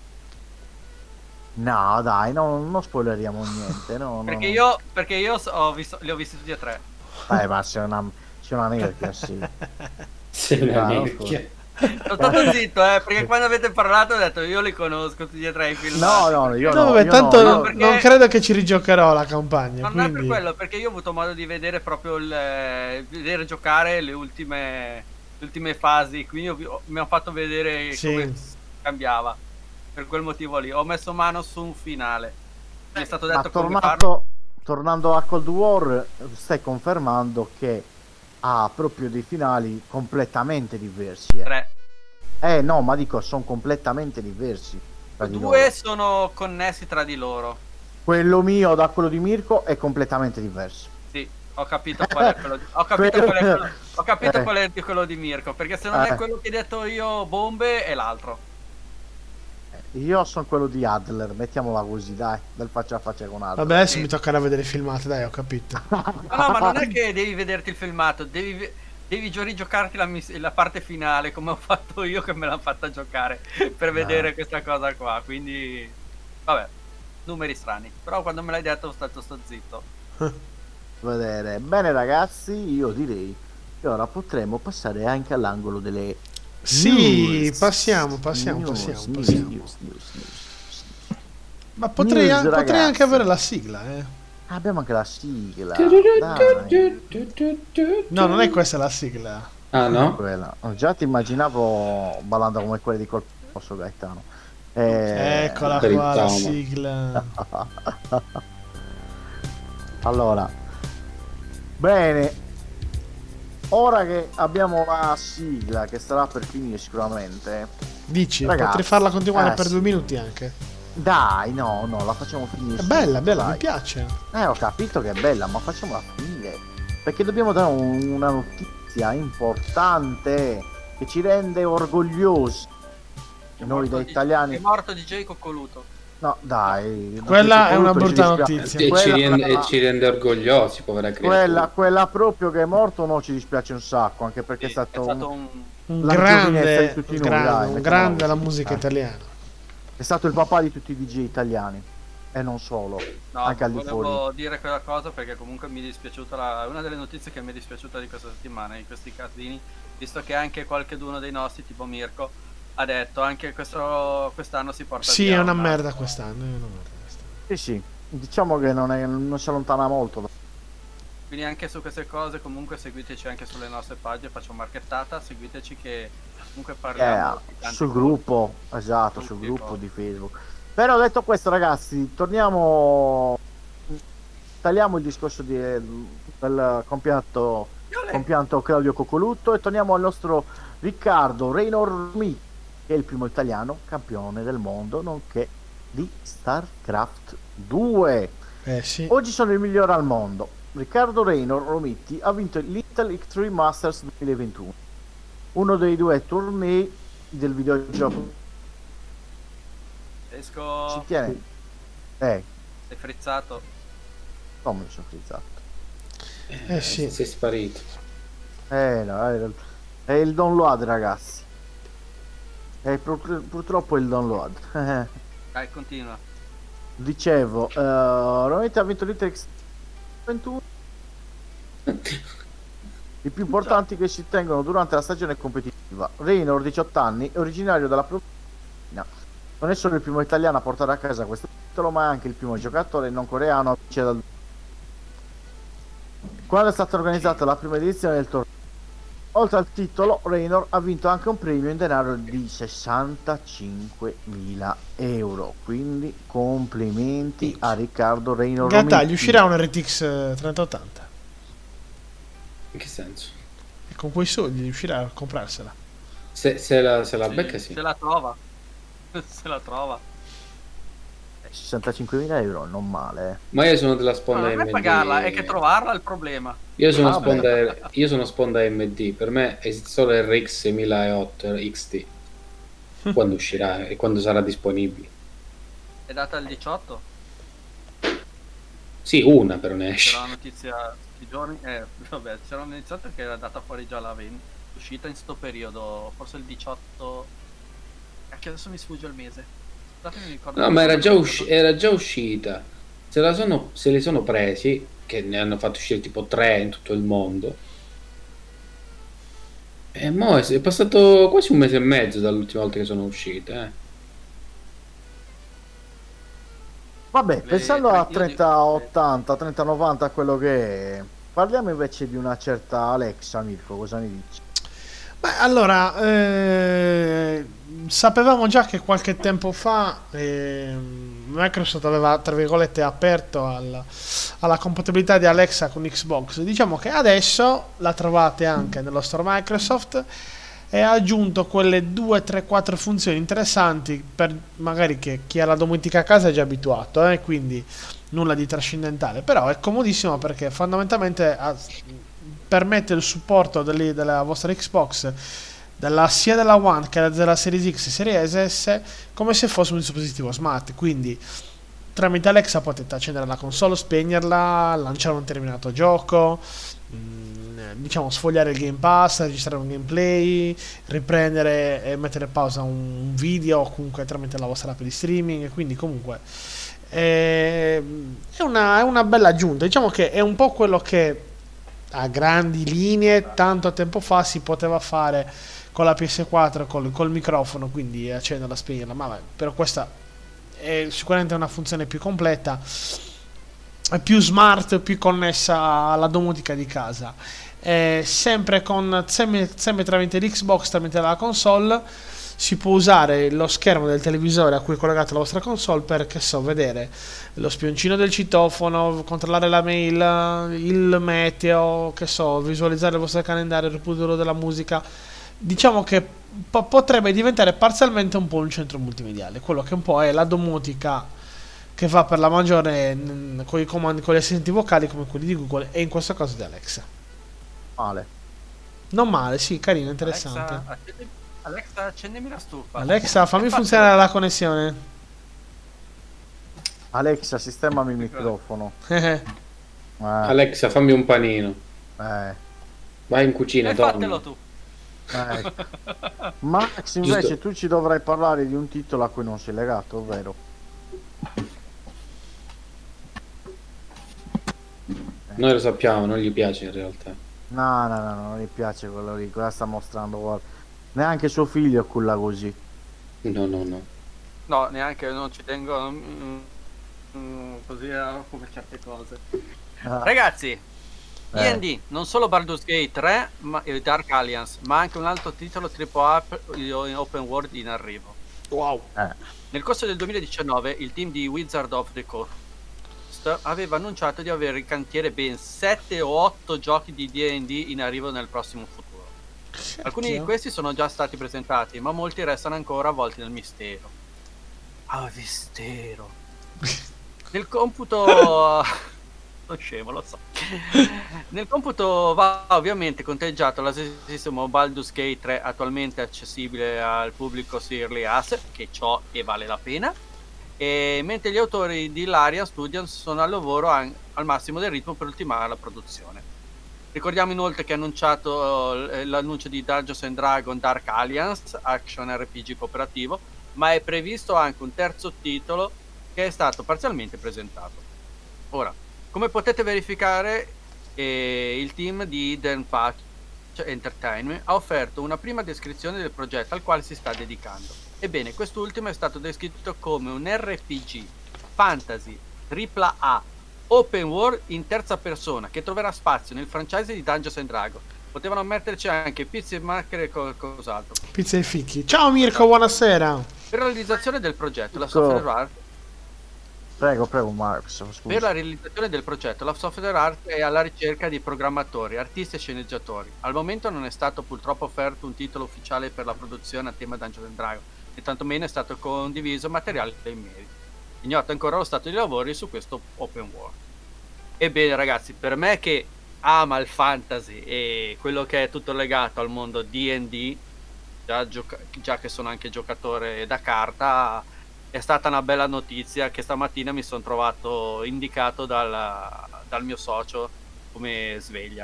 [SPEAKER 3] No, dai, no, non spoileriamo niente, no,
[SPEAKER 5] Perché
[SPEAKER 3] no.
[SPEAKER 5] io, perché io so- ho visto, li ho visti tutti e tre.
[SPEAKER 3] Dai, ma c'è una, c'è una nerchia, sì.
[SPEAKER 4] Sei una
[SPEAKER 3] Ah,
[SPEAKER 4] minchia.
[SPEAKER 5] Sono stato zitto, eh, perché quando avete parlato ho detto io li conosco tutti e tre i film.
[SPEAKER 3] No, no, io
[SPEAKER 2] No,
[SPEAKER 3] no.
[SPEAKER 2] vabbè,
[SPEAKER 3] io
[SPEAKER 2] tanto
[SPEAKER 3] no,
[SPEAKER 2] non,
[SPEAKER 3] io-
[SPEAKER 5] perché-
[SPEAKER 2] non credo che ci rigiocherò la campagna.
[SPEAKER 5] Ma non è per
[SPEAKER 2] quindi...
[SPEAKER 5] quello, perché io ho avuto modo di vedere proprio il eh, vedere giocare le ultime le ultime fasi, quindi ho vi- ho- mi hanno fatto vedere
[SPEAKER 2] Sì.
[SPEAKER 5] come cambiava. Per quel motivo lì ho messo mano su un finale. Mi è stato
[SPEAKER 3] Ma
[SPEAKER 5] detto come farlo.
[SPEAKER 3] tornando, tornando a Cold War, stai confermando che ha proprio dei finali completamente diversi. Eh,
[SPEAKER 5] Tre.
[SPEAKER 3] Eh, no, ma dico, sono completamente diversi. tra di
[SPEAKER 5] Due
[SPEAKER 3] loro.
[SPEAKER 5] sono connessi tra di loro.
[SPEAKER 3] Quello mio da quello di Mirko è completamente diverso.
[SPEAKER 5] Sì, ho capito qual è quello di, ho capito
[SPEAKER 3] Quello-
[SPEAKER 5] qual è quello, ho capito
[SPEAKER 3] Eh.
[SPEAKER 5] qual è di quello di Mirko, perché se non
[SPEAKER 3] Eh.
[SPEAKER 5] è quello che ho detto io bombe è l'altro.
[SPEAKER 3] Io sono quello di Adler, mettiamola così, dai, del faccia a faccia con Adler.
[SPEAKER 2] Vabbè, adesso
[SPEAKER 5] Sì.
[SPEAKER 2] mi toccherà vedere filmate, dai, ho capito.
[SPEAKER 5] No, no, ma non è che devi vederti il filmato, devi, ve- devi gio- rigiocarti la, miss- la parte finale come ho fatto io che me l'hanno fatta giocare per vedere questa cosa qua. Quindi, vabbè, numeri strani. Però quando me l'hai detto ho stato sto zitto.
[SPEAKER 3] Vedere. Bene ragazzi, io direi che ora potremmo passare anche all'angolo delle
[SPEAKER 2] Sì,
[SPEAKER 3] news.
[SPEAKER 2] passiamo, passiamo,
[SPEAKER 3] News,
[SPEAKER 2] passiamo,
[SPEAKER 3] news,
[SPEAKER 2] passiamo.
[SPEAKER 3] news, news, news.
[SPEAKER 2] Ma potrei,
[SPEAKER 3] News,
[SPEAKER 2] an- potrei
[SPEAKER 3] ragazzi.
[SPEAKER 2] anche avere la sigla, eh.
[SPEAKER 3] Abbiamo anche la sigla. Dai.
[SPEAKER 2] No, non è questa la sigla.
[SPEAKER 4] Ah no?
[SPEAKER 3] Quella. Oh, già ti immaginavo ballando come quelli di Colposo Gaetano. Eh,
[SPEAKER 2] Eccola
[SPEAKER 4] per il
[SPEAKER 2] qua la
[SPEAKER 4] tomo.
[SPEAKER 2] sigla.
[SPEAKER 3] Allora, bene. Ora che abbiamo la sigla che starà per finire sicuramente,
[SPEAKER 2] Dici,
[SPEAKER 3] Ragazzi,
[SPEAKER 2] potrei farla continuare
[SPEAKER 3] eh,
[SPEAKER 2] per
[SPEAKER 3] sì.
[SPEAKER 2] due minuti anche.
[SPEAKER 3] dai, no, no, la facciamo finire.
[SPEAKER 2] È bella,
[SPEAKER 3] subito,
[SPEAKER 2] bella,
[SPEAKER 3] dai.
[SPEAKER 2] mi piace.
[SPEAKER 3] Eh, ho capito che è bella, ma facciamola finire. Perché dobbiamo dare un- una notizia importante che ci rende orgogliosi.
[SPEAKER 5] È
[SPEAKER 3] Noi
[SPEAKER 5] morto
[SPEAKER 3] da
[SPEAKER 5] di-
[SPEAKER 3] italiani.
[SPEAKER 5] È morto D J Coccoluto.
[SPEAKER 3] No, dai.
[SPEAKER 2] Quella è una
[SPEAKER 3] Voluto, ci
[SPEAKER 2] brutta
[SPEAKER 3] dispiace.
[SPEAKER 2] notizia.
[SPEAKER 4] E ci,
[SPEAKER 3] Quella-
[SPEAKER 4] rende, e ci rende orgogliosi, povera creatura.
[SPEAKER 3] Quella, quella proprio che è morto no, ci dispiace un sacco, anche perché
[SPEAKER 5] Sì,
[SPEAKER 3] è stato,
[SPEAKER 5] è stato
[SPEAKER 3] un-
[SPEAKER 5] un
[SPEAKER 2] Un
[SPEAKER 3] La
[SPEAKER 2] grande,
[SPEAKER 3] giovinezza di tutti
[SPEAKER 2] un
[SPEAKER 3] noi,
[SPEAKER 2] grande,
[SPEAKER 3] dai,
[SPEAKER 2] un
[SPEAKER 3] mettiamola
[SPEAKER 2] grande
[SPEAKER 3] così.
[SPEAKER 2] della musica
[SPEAKER 3] Eh.
[SPEAKER 2] italiana.
[SPEAKER 3] è stato il papà di tutti i D J italiani. E non solo,
[SPEAKER 5] No,
[SPEAKER 3] anche al di
[SPEAKER 5] volevo
[SPEAKER 3] fuori.
[SPEAKER 5] dire quella cosa perché comunque mi è dispiaciuta la... una delle notizie che mi è dispiaciuta di questa settimana, in questi casini, visto che anche qualcheduno dei nostri, tipo Mirko, ha detto anche questo quest'anno si porta
[SPEAKER 2] Sì,
[SPEAKER 5] via
[SPEAKER 2] è una
[SPEAKER 5] una-
[SPEAKER 2] merda quest'anno. È una merda quest'anno.
[SPEAKER 3] Sì, sì, diciamo che non, è, non si allontana molto.
[SPEAKER 5] Quindi anche su queste cose comunque seguiteci anche sulle nostre pagine, faccio marchettata, seguiteci che comunque parliamo
[SPEAKER 3] Eh,
[SPEAKER 5] di tante
[SPEAKER 3] sul
[SPEAKER 5] cose.
[SPEAKER 3] gruppo, esatto, sul
[SPEAKER 5] Tutti
[SPEAKER 3] gruppo
[SPEAKER 5] cose.
[SPEAKER 3] di Facebook. Però detto questo ragazzi, torniamo, tagliamo il discorso di, del compianto,
[SPEAKER 5] Io le-
[SPEAKER 3] compianto Claudio Coccolutto e torniamo al nostro Riccardo Reynor Smith, che è il primo italiano campione del mondo, nonché di StarCraft due.
[SPEAKER 2] Eh sì.
[SPEAKER 3] Oggi sono il migliore al mondo. Riccardo Reynor Romitti ha vinto il Little X-Treme Masters duemilaventuno, uno dei due tornei del videogioco. Ci
[SPEAKER 5] Esco,
[SPEAKER 3] tiene. Eh,
[SPEAKER 5] sei frizzato.
[SPEAKER 3] come mi sono frizzato.
[SPEAKER 2] Eh sì.
[SPEAKER 4] Sei sparito.
[SPEAKER 3] Eh no, è il, è il download ragazzi. È pur- purtroppo il download.
[SPEAKER 5] Dai, continua.
[SPEAKER 3] Dicevo, uh, Romitti ha vinto il Little X ventuno. I più importanti che si tengono durante la stagione competitiva. Reynor, diciotto anni, è originario della provincia. Non è solo il primo italiano a portare a casa questo titolo, ma è anche il primo giocatore non coreano a vincere dal... Quando è stata organizzata la prima edizione del torneo. Oltre al titolo, Reynor ha vinto anche un premio in denaro di sessantacinquemila euro. Quindi complimenti a Riccardo Reynor.
[SPEAKER 2] Gatta, gli uscirà un R T X trenta ottanta.
[SPEAKER 4] In che senso?
[SPEAKER 2] E con quei soldi riuscirà a comprarsela.
[SPEAKER 4] Se, se la, se la
[SPEAKER 5] Sì,
[SPEAKER 4] becca sì.
[SPEAKER 5] Se la trova. Se la trova.
[SPEAKER 3] sessantacinquemila euro, non male. Eh.
[SPEAKER 4] Ma io sono della
[SPEAKER 5] No,
[SPEAKER 4] sponda
[SPEAKER 5] non
[SPEAKER 4] M
[SPEAKER 5] è
[SPEAKER 4] D.
[SPEAKER 5] pagarla, è che trovarla è il problema.
[SPEAKER 4] Io sono,
[SPEAKER 3] Ah,
[SPEAKER 4] sponda, io sono sponda M D. Per me esiste solo R X seiemilaotto X T. Quando uscirà e quando sarà disponibile?
[SPEAKER 5] È data il diciotto?
[SPEAKER 4] Sì, una però ne esce.
[SPEAKER 5] C'era la notizia questi giorni. Eh, vabbè, c'era una notizia che era data fuori già la venti. Uscita in sto periodo, forse il diciotto. Anche adesso mi sfugge il mese. Scusate, mi ricordo.
[SPEAKER 4] No, ma era già, usci- era già uscita. Se, la sono, se li sono presi, che ne hanno fatto uscire tipo tre in tutto il mondo. E mo è, è passato quasi un mese e mezzo dall'ultima volta che sono uscite. Eh.
[SPEAKER 3] Vabbè,
[SPEAKER 5] Le-
[SPEAKER 3] pensando a
[SPEAKER 5] io dico-
[SPEAKER 3] trenta ottanta, trenta novanta, quello che è, parliamo invece di una certa Alexa. Mirko, cosa ne dici?
[SPEAKER 2] Beh, allora, eh, sapevamo già che qualche tempo fa eh, Microsoft aveva, tra virgolette, aperto al- alla compatibilità di Alexa con Xbox. Diciamo che adesso la trovate anche nello store Microsoft e ha aggiunto quelle due, tre, quattro funzioni interessanti per magari che chi ha la domotica a casa è già abituato, eh, quindi nulla di trascendentale, però è comodissimo perché fondamentalmente ha- permette il supporto delle- della vostra Xbox, della- sia della One che della Series X e Series S, come se fosse un dispositivo smart. Quindi tramite Alexa potete accendere la console, spegnerla, lanciare un determinato gioco, mh, diciamo sfogliare il Game Pass, registrare un gameplay, riprendere e mettere pausa un video o comunque tramite la vostra app di streaming. Quindi comunque è è una, è una bella aggiunta. Diciamo che è un po' quello che a grandi linee tanto tempo fa si poteva fare con la P S quattro col, col microfono, quindi accenderla, spegnerla, ma vabbè, però questa è sicuramente una funzione più completa, è più smart, più connessa alla domotica di casa. Eh, sempre con sempre, sempre tramite l'Xbox, tramite la console si può usare lo schermo del televisore a cui è collegata la vostra console per, che so, vedere lo spioncino del citofono, controllare la mail, il meteo, che so, visualizzare il vostro calendario, il reputo della musica. Diciamo che po- potrebbe diventare parzialmente un po' un centro multimediale, quello che un po' è la domotica che va per la maggiore mh, con i comandi, con gli assistenti vocali come quelli di Google e in questo caso di Alexa.
[SPEAKER 3] Male.
[SPEAKER 2] Non male, sì, carino, interessante.
[SPEAKER 5] Alexa, accendi- Alexa, accendimi la stufa.
[SPEAKER 2] Alexa, fammi funzionare la connessione.
[SPEAKER 3] Alexa, sistemami il microfono. Eh,
[SPEAKER 4] Alexa, fammi un panino.
[SPEAKER 3] eh,
[SPEAKER 4] Vai in cucina,
[SPEAKER 5] E
[SPEAKER 4] torna.
[SPEAKER 5] fatelo tu.
[SPEAKER 3] eh. Max, invece, tu ci dovrai parlare di un titolo a cui non sei legato, ovvero
[SPEAKER 4] Noi lo sappiamo, non gli piace in realtà.
[SPEAKER 3] no, no, no, non gli piace quello lì. Cosa sta mostrando? Guarda. Neanche suo figlio culla così.
[SPEAKER 4] No, no, no.
[SPEAKER 5] No, neanche non ci tengo mm, mm, così eh, come certe cose.
[SPEAKER 3] Ah,
[SPEAKER 5] Ragazzi, D
[SPEAKER 3] eh.
[SPEAKER 5] and D, non solo Baldur's Gate tre ma, e Dark Alliance, ma anche un altro titolo triplo A in open world in arrivo.
[SPEAKER 2] Wow.
[SPEAKER 3] eh.
[SPEAKER 5] Nel corso del duemiladiciannove il team di Wizard of the Coast aveva annunciato di avere in cantiere ben sette o otto giochi di D and D in arrivo nel prossimo futuro. Alcuni di questi sono già stati presentati, ma molti restano ancora avvolti nel mistero. Ah, mistero. Nel computo... Sono scemo, lo so. Nel computo va ovviamente conteggiato l'assistissimo Baldur's Gate tre, attualmente accessibile al pubblico su Early Access, che ciò e vale la pena, e mentre gli autori di Larian Studios sono al lavoro an- al massimo del ritmo per ultimare la produzione. Ricordiamo inoltre che ha annunciato eh, l'annuncio di Dungeons and Dragons Dark Alliance, action R P G cooperativo, ma è previsto anche un terzo titolo che è stato parzialmente presentato. Ora, come potete verificare, eh, il team di Dan Entertainment ha offerto una prima descrizione del progetto al quale si sta dedicando. Ebbene, quest'ultimo è stato descritto come un R P G fantasy tripla A open world in terza persona che troverà spazio nel franchise di Dungeons and Dragons. Potevano metterci anche pizze e macchine e qualcos'altro.
[SPEAKER 2] Pizza e fichi. Ciao Mirko, buonasera.
[SPEAKER 5] Per la realizzazione del progetto, la
[SPEAKER 3] Ecco.
[SPEAKER 5] software art
[SPEAKER 3] Prego, prego, Marx. Scusa.
[SPEAKER 5] Per la realizzazione del progetto, la software art è alla ricerca di programmatori, artisti e sceneggiatori. Al momento non è stato purtroppo offerto un titolo ufficiale per la produzione a tema Dungeons and Dragons, e tantomeno è stato condiviso materiale in merito. Ignoto ancora lo stato di lavori su questo open world. Ebbene ragazzi, per me che ama il fantasy e quello che è tutto legato al mondo D and D, già, gioca- già che sono anche giocatore da carta, è stata una bella notizia che stamattina mi sono trovato indicato dal, dal mio socio come sveglia.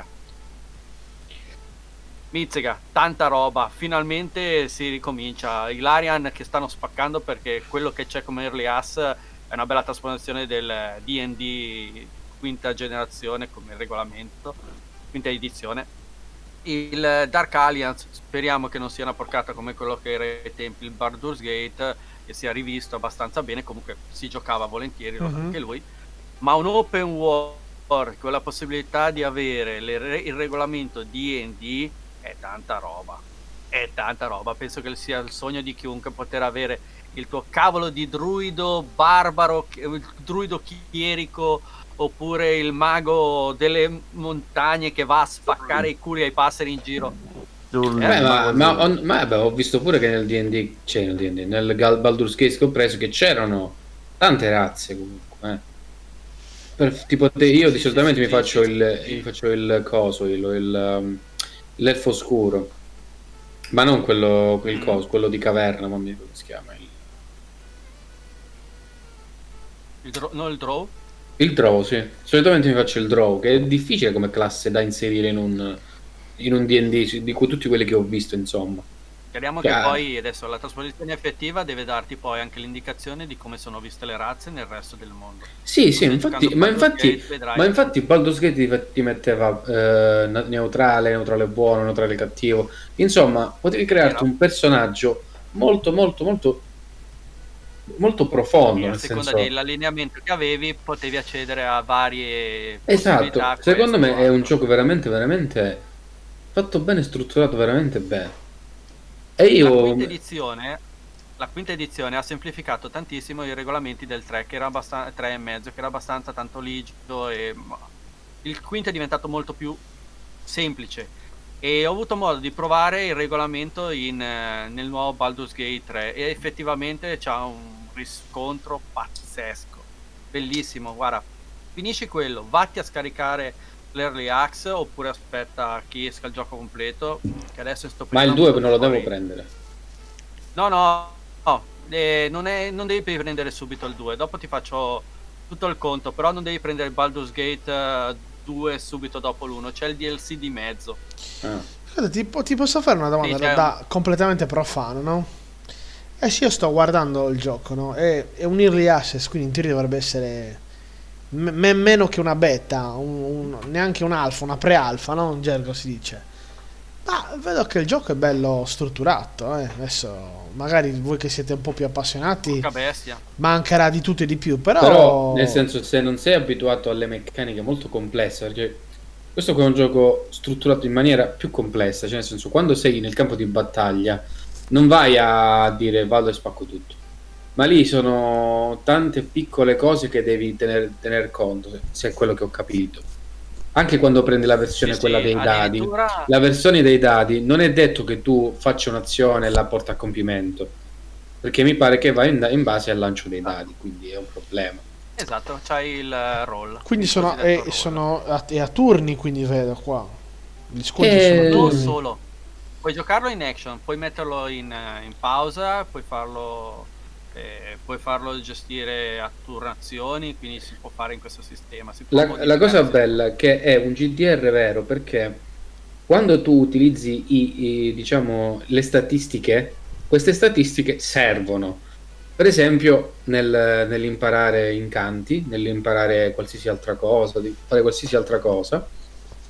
[SPEAKER 5] Mizzica, tanta roba, finalmente si ricomincia. I Larian che stanno spaccando, perché quello che c'è come Early Access è una bella trasposizione del D and D quinta generazione come regolamento, quinta edizione. Il Dark Alliance speriamo che non sia una porcata come quello che era ai tempi il Baldur's Gate, che sia rivisto abbastanza bene, comunque si giocava volentieri, lo sa
[SPEAKER 2] Mhm.
[SPEAKER 5] anche lui, ma un open world con la possibilità di avere le re- il regolamento D and D è tanta roba, è tanta roba. Penso che sia il sogno di chiunque poter avere il tuo cavolo di druido barbaro, il druido chierico, oppure il mago delle montagne che va a spaccare i culi ai passeri in giro.
[SPEAKER 3] Sul-
[SPEAKER 5] Eh,
[SPEAKER 4] Beh, ma,
[SPEAKER 3] sul-
[SPEAKER 4] ma, on- ma, vabbè, ho visto pure che nel D and D, cioè nel D and D, nel Gal- Baldur's Gate che ho preso, che c'erano tante razze comunque. eh. Per- tipo te- io di
[SPEAKER 5] Sì,
[SPEAKER 4] solitamente
[SPEAKER 5] sì,
[SPEAKER 4] mi
[SPEAKER 5] sì,
[SPEAKER 4] faccio
[SPEAKER 5] sì,
[SPEAKER 4] il
[SPEAKER 5] sì.
[SPEAKER 4] mi faccio il coso, il, il, um, l'elfo scuro, ma non quello il
[SPEAKER 5] Mm.
[SPEAKER 4] coso, quello di caverna, non mi ricordo come si chiama. Il,
[SPEAKER 5] Il dro- no, il draw?
[SPEAKER 4] il draw, sì. Solitamente mi faccio il draw, che è difficile come classe da inserire in un in un D and D, di cui tutti quelli che ho visto, insomma.
[SPEAKER 5] Speriamo
[SPEAKER 4] Cioè-
[SPEAKER 5] che poi adesso la trasposizione effettiva deve darti poi anche l'indicazione di come sono viste le razze nel resto del mondo.
[SPEAKER 4] Sì, sì,
[SPEAKER 5] Così
[SPEAKER 4] infatti,
[SPEAKER 5] giocando
[SPEAKER 4] ma
[SPEAKER 5] Baldur's
[SPEAKER 4] infatti,
[SPEAKER 5] Gate vedrai-
[SPEAKER 4] ma infatti Baldur's Gate ti, ti metteva eh, na- neutrale, neutrale buono, neutrale cattivo. Insomma, potevi crearti
[SPEAKER 5] Era.
[SPEAKER 4] un personaggio molto, molto, molto, molto profondo,
[SPEAKER 5] a
[SPEAKER 4] nel
[SPEAKER 5] seconda
[SPEAKER 4] senso...
[SPEAKER 5] dell'allineamento che avevi potevi accedere a varie
[SPEAKER 4] Esatto,
[SPEAKER 5] possibilità,
[SPEAKER 4] secondo me
[SPEAKER 5] questo,
[SPEAKER 4] è un
[SPEAKER 5] altro.
[SPEAKER 4] gioco veramente, veramente fatto bene, strutturato veramente bene. E
[SPEAKER 5] La
[SPEAKER 4] io...
[SPEAKER 5] quinta edizione la quinta edizione ha semplificato tantissimo i regolamenti del tre, che era abbastanza tre e mezzo, che era abbastanza tanto ligido, e ma il quinto è diventato molto più semplice, e ho avuto modo di provare il regolamento in, eh, nel nuovo Baldur's Gate tre, e effettivamente c'ha un riscontro pazzesco, bellissimo. Guarda, finisci quello, vatti a scaricare l'Early Access, oppure aspetta che esca il gioco completo, che adesso in sto
[SPEAKER 4] Ma il
[SPEAKER 5] periodo
[SPEAKER 4] due non lo devo
[SPEAKER 5] fuori-
[SPEAKER 4] prendere.
[SPEAKER 5] No, no, no, eh, non, è, non devi prendere subito il due, dopo ti faccio tutto il conto, però non devi prendere il Baldur's Gate eh, due subito dopo l'uno, c'è il D L C di mezzo.
[SPEAKER 4] Ah.
[SPEAKER 2] Guarda, ti, po- ti posso fare una domanda
[SPEAKER 5] Sì, c'è
[SPEAKER 2] da completamente profano, no? Eh sì, io sto guardando il gioco, no? È, è un early access, quindi in teoria dovrebbe essere me- me- meno che una beta, un- un- neanche un alfa, una pre-alfa, no? In gergo si dice. Ma vedo che il gioco è bello strutturato, eh. Adesso magari voi che siete un po' più appassionati
[SPEAKER 5] Porca bestia.
[SPEAKER 2] mancherà di tutto e di più, però...
[SPEAKER 4] Però, nel senso, se non sei abituato alle meccaniche molto complesse, perché questo qui è un gioco strutturato in maniera più complessa, cioè nel senso, quando sei nel campo di battaglia non vai a dire vado e spacco tutto, ma lì sono tante piccole cose che devi tener, tener conto, se- se è quello che ho capito. Anche quando prendi la versione
[SPEAKER 5] Sì,
[SPEAKER 4] quella
[SPEAKER 5] sì,
[SPEAKER 4] dei dadi,
[SPEAKER 5] addirittura-
[SPEAKER 4] la versione dei dadi non è detto che tu faccia un'azione e la porta a compimento, perché mi pare che va in, in base al lancio dei dadi, quindi è un problema.
[SPEAKER 5] Esatto, c'hai il eh, roll.
[SPEAKER 2] Quindi
[SPEAKER 5] il
[SPEAKER 2] sono,
[SPEAKER 5] cosiddetto
[SPEAKER 2] eh,
[SPEAKER 5] roll.
[SPEAKER 2] sono a, è a turni, quindi vedo qua. Gli scontri
[SPEAKER 4] Eh,
[SPEAKER 2] sono a
[SPEAKER 5] Non
[SPEAKER 2] turni.
[SPEAKER 5] solo, puoi giocarlo in action, puoi metterlo in, eh, in pausa, puoi farlo, eh, puoi farlo gestire a turnazioni, quindi si può fare in questo sistema. Si può
[SPEAKER 4] La, la
[SPEAKER 5] modificare
[SPEAKER 4] cosa
[SPEAKER 5] se-
[SPEAKER 4] bella è che è un G D R vero, perché quando tu utilizzi i, i, diciamo, le statistiche, queste statistiche servono. Per esempio, nel- nell'imparare incanti, nell'imparare qualsiasi altra cosa, di fare qualsiasi altra cosa. Per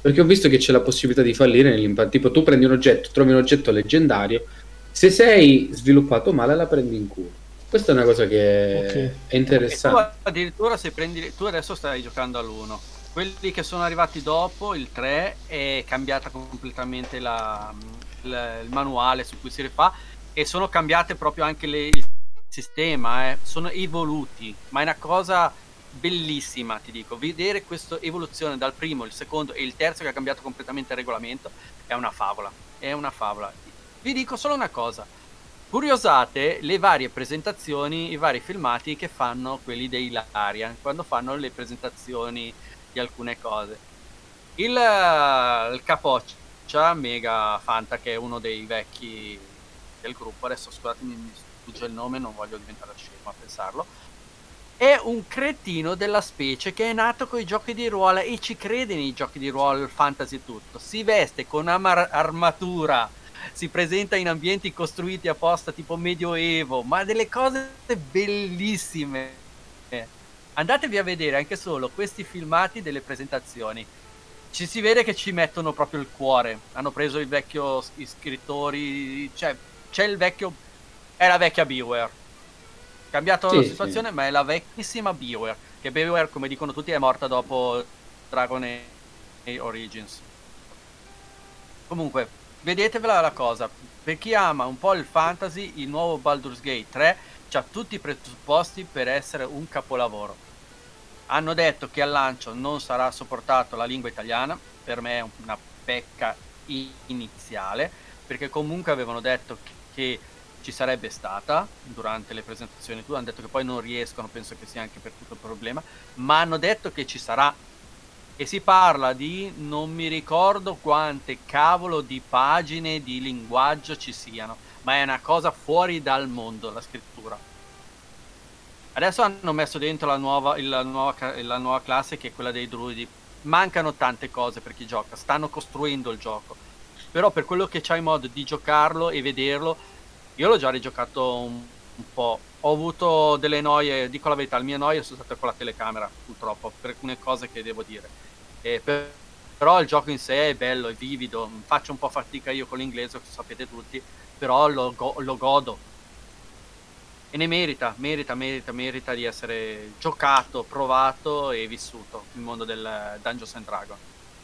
[SPEAKER 4] perché ho visto che c'è la possibilità di fallire nell'impatto. Tipo, tu prendi un oggetto, trovi un oggetto leggendario, se sei sviluppato male la prendi in culo. Questa è una cosa che
[SPEAKER 2] Ok.
[SPEAKER 4] è interessante.
[SPEAKER 5] E tu addirittura se prendi, tu adesso stai giocando all'uno, quelli che sono arrivati dopo il tre è cambiata completamente la, il, il manuale su cui si rifà, e sono cambiate proprio anche le, il sistema, eh. Sono evoluti, ma è una cosa bellissima, ti dico, vedere questa evoluzione dal primo, il secondo e il terzo che ha cambiato completamente il regolamento è una favola, è una favola. Vi dico solo una cosa: curiosate le varie presentazioni, i vari filmati che fanno quelli dei Larian quando fanno le presentazioni di alcune cose. Il, il capoccia Mega Fanta, che è uno dei vecchi del gruppo, adesso scusatemi mi sfugge il nome, non voglio diventare scemo a pensarlo, è un cretino della specie che è nato con i giochi di ruolo e ci crede nei giochi di ruolo, il fantasy e tutto, si veste con amar- armatura, si presenta in ambienti costruiti apposta tipo medioevo, ma delle cose bellissime. Andatevi a vedere anche solo questi filmati delle presentazioni, ci si vede che ci mettono proprio il cuore, hanno preso il vecchio s- scrittori, cioè c'è il vecchio, è la vecchia BioWare, cambiato
[SPEAKER 4] Sì,
[SPEAKER 5] la
[SPEAKER 4] sì.
[SPEAKER 5] situazione, ma è la vecchissima BioWare, che BioWare, come dicono tutti, è morta dopo Dragon Age Origins. Comunque, vedetevela la cosa, per chi ama un po' il fantasy, il nuovo Baldur's Gate tre c'ha tutti i presupposti per essere un capolavoro. Hanno detto che al lancio non sarà supportato la lingua italiana, per me è una pecca iniziale, perché comunque avevano detto che ci sarebbe stata durante le presentazioni, tu hanno detto che poi non riescono, penso che sia anche per tutto il problema, ma hanno detto che ci sarà, e si parla di non mi ricordo quante cavolo di pagine di linguaggio ci siano, ma è una cosa fuori dal mondo la scrittura. Adesso hanno messo dentro la nuova, il- la nuova, ca- la nuova classe, che è quella dei druidi. Mancano tante cose per chi gioca, stanno costruendo il gioco, però per quello che c'hai modo di giocarlo e vederlo, io l'ho già rigiocato un, un po', ho avuto delle noie, dico la verità, le mie noie sono state con la telecamera, purtroppo, per alcune cose che devo dire. E per- però il gioco in sé è bello, è vivido, faccio un po' fatica io con l'inglese, lo sapete tutti, però lo, go- lo godo. E ne merita, merita, merita, merita di essere giocato, provato e vissuto il mondo del Dungeons and Dragons.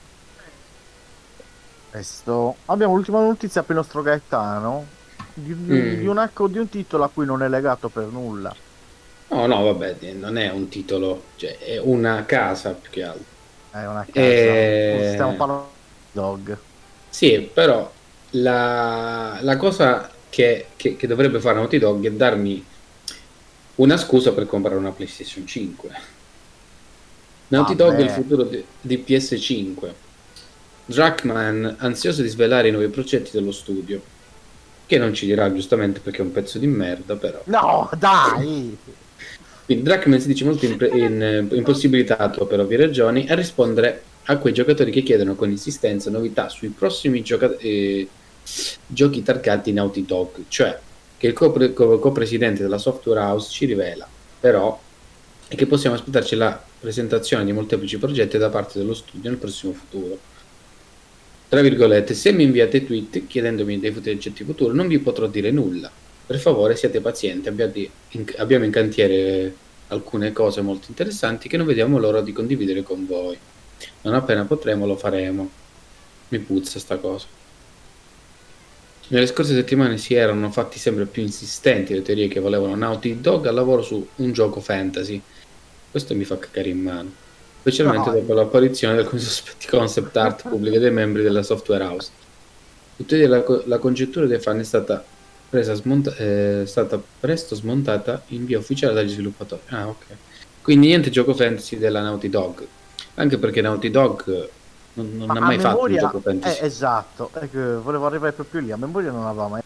[SPEAKER 3] Questo. Abbiamo l'ultima notizia per il nostro Gaetano di, di,
[SPEAKER 4] Mm.
[SPEAKER 3] di un, ecco, di un titolo a cui non è legato per nulla.
[SPEAKER 4] No, no, vabbè, non è un titolo, cioè è una casa più che altro.
[SPEAKER 3] È una casa.
[SPEAKER 4] Eh,
[SPEAKER 3] Stiamo parlando di Dog.
[SPEAKER 4] Sì, però la, la cosa che, che- che dovrebbe fare Naughty Dog è darmi una scusa per comprare una PlayStation cinque. Naughty Dog è il
[SPEAKER 3] Vabbè.
[SPEAKER 4] futuro di, di P S cinque. Druckmann, ansioso di svelare i nuovi progetti dello studio, che non ci dirà giustamente perché è un pezzo di merda, però.
[SPEAKER 3] No, dai!
[SPEAKER 4] Quindi Druckmann si dice molto impre- in- impossibilitato per ovvie ragioni a rispondere a quei giocatori che chiedono con insistenza novità sui prossimi gioca- eh, giochi targati Naughty Dog, cioè che il copre- co- co-presidente della software house ci rivela però è che possiamo aspettarci la presentazione di molteplici progetti da parte dello studio nel prossimo futuro. Tra virgolette, se mi inviate tweet chiedendomi dei progetti futuri non vi potrò dire nulla. Per favore siate pazienti, abbiate in- abbiamo in cantiere alcune cose molto interessanti che non vediamo l'ora di condividere con voi. Non appena potremo lo faremo. Mi puzza sta cosa. Nelle scorse settimane si erano fatti sempre più insistenti le teorie che volevano Naughty Dog al lavoro su un gioco fantasy. Questo mi fa cacare in mano, specialmente
[SPEAKER 3] No.
[SPEAKER 4] dopo l'apparizione del sospetti concept art pubbliche dei membri della software house. Tuttavia la, co- la congettura dei fan è stata, presa smonta- eh, è stata presto smontata in via ufficiale dagli sviluppatori. Ah, ok. Quindi niente gioco fantasy della Naughty Dog, anche perché Naughty Dog non, non
[SPEAKER 3] Ma
[SPEAKER 4] ha
[SPEAKER 3] a
[SPEAKER 4] mai fatto un
[SPEAKER 3] memoria,
[SPEAKER 4] gioco fantasy.
[SPEAKER 3] eh, esatto, è che volevo arrivare proprio lì. A memoria non aveva mai.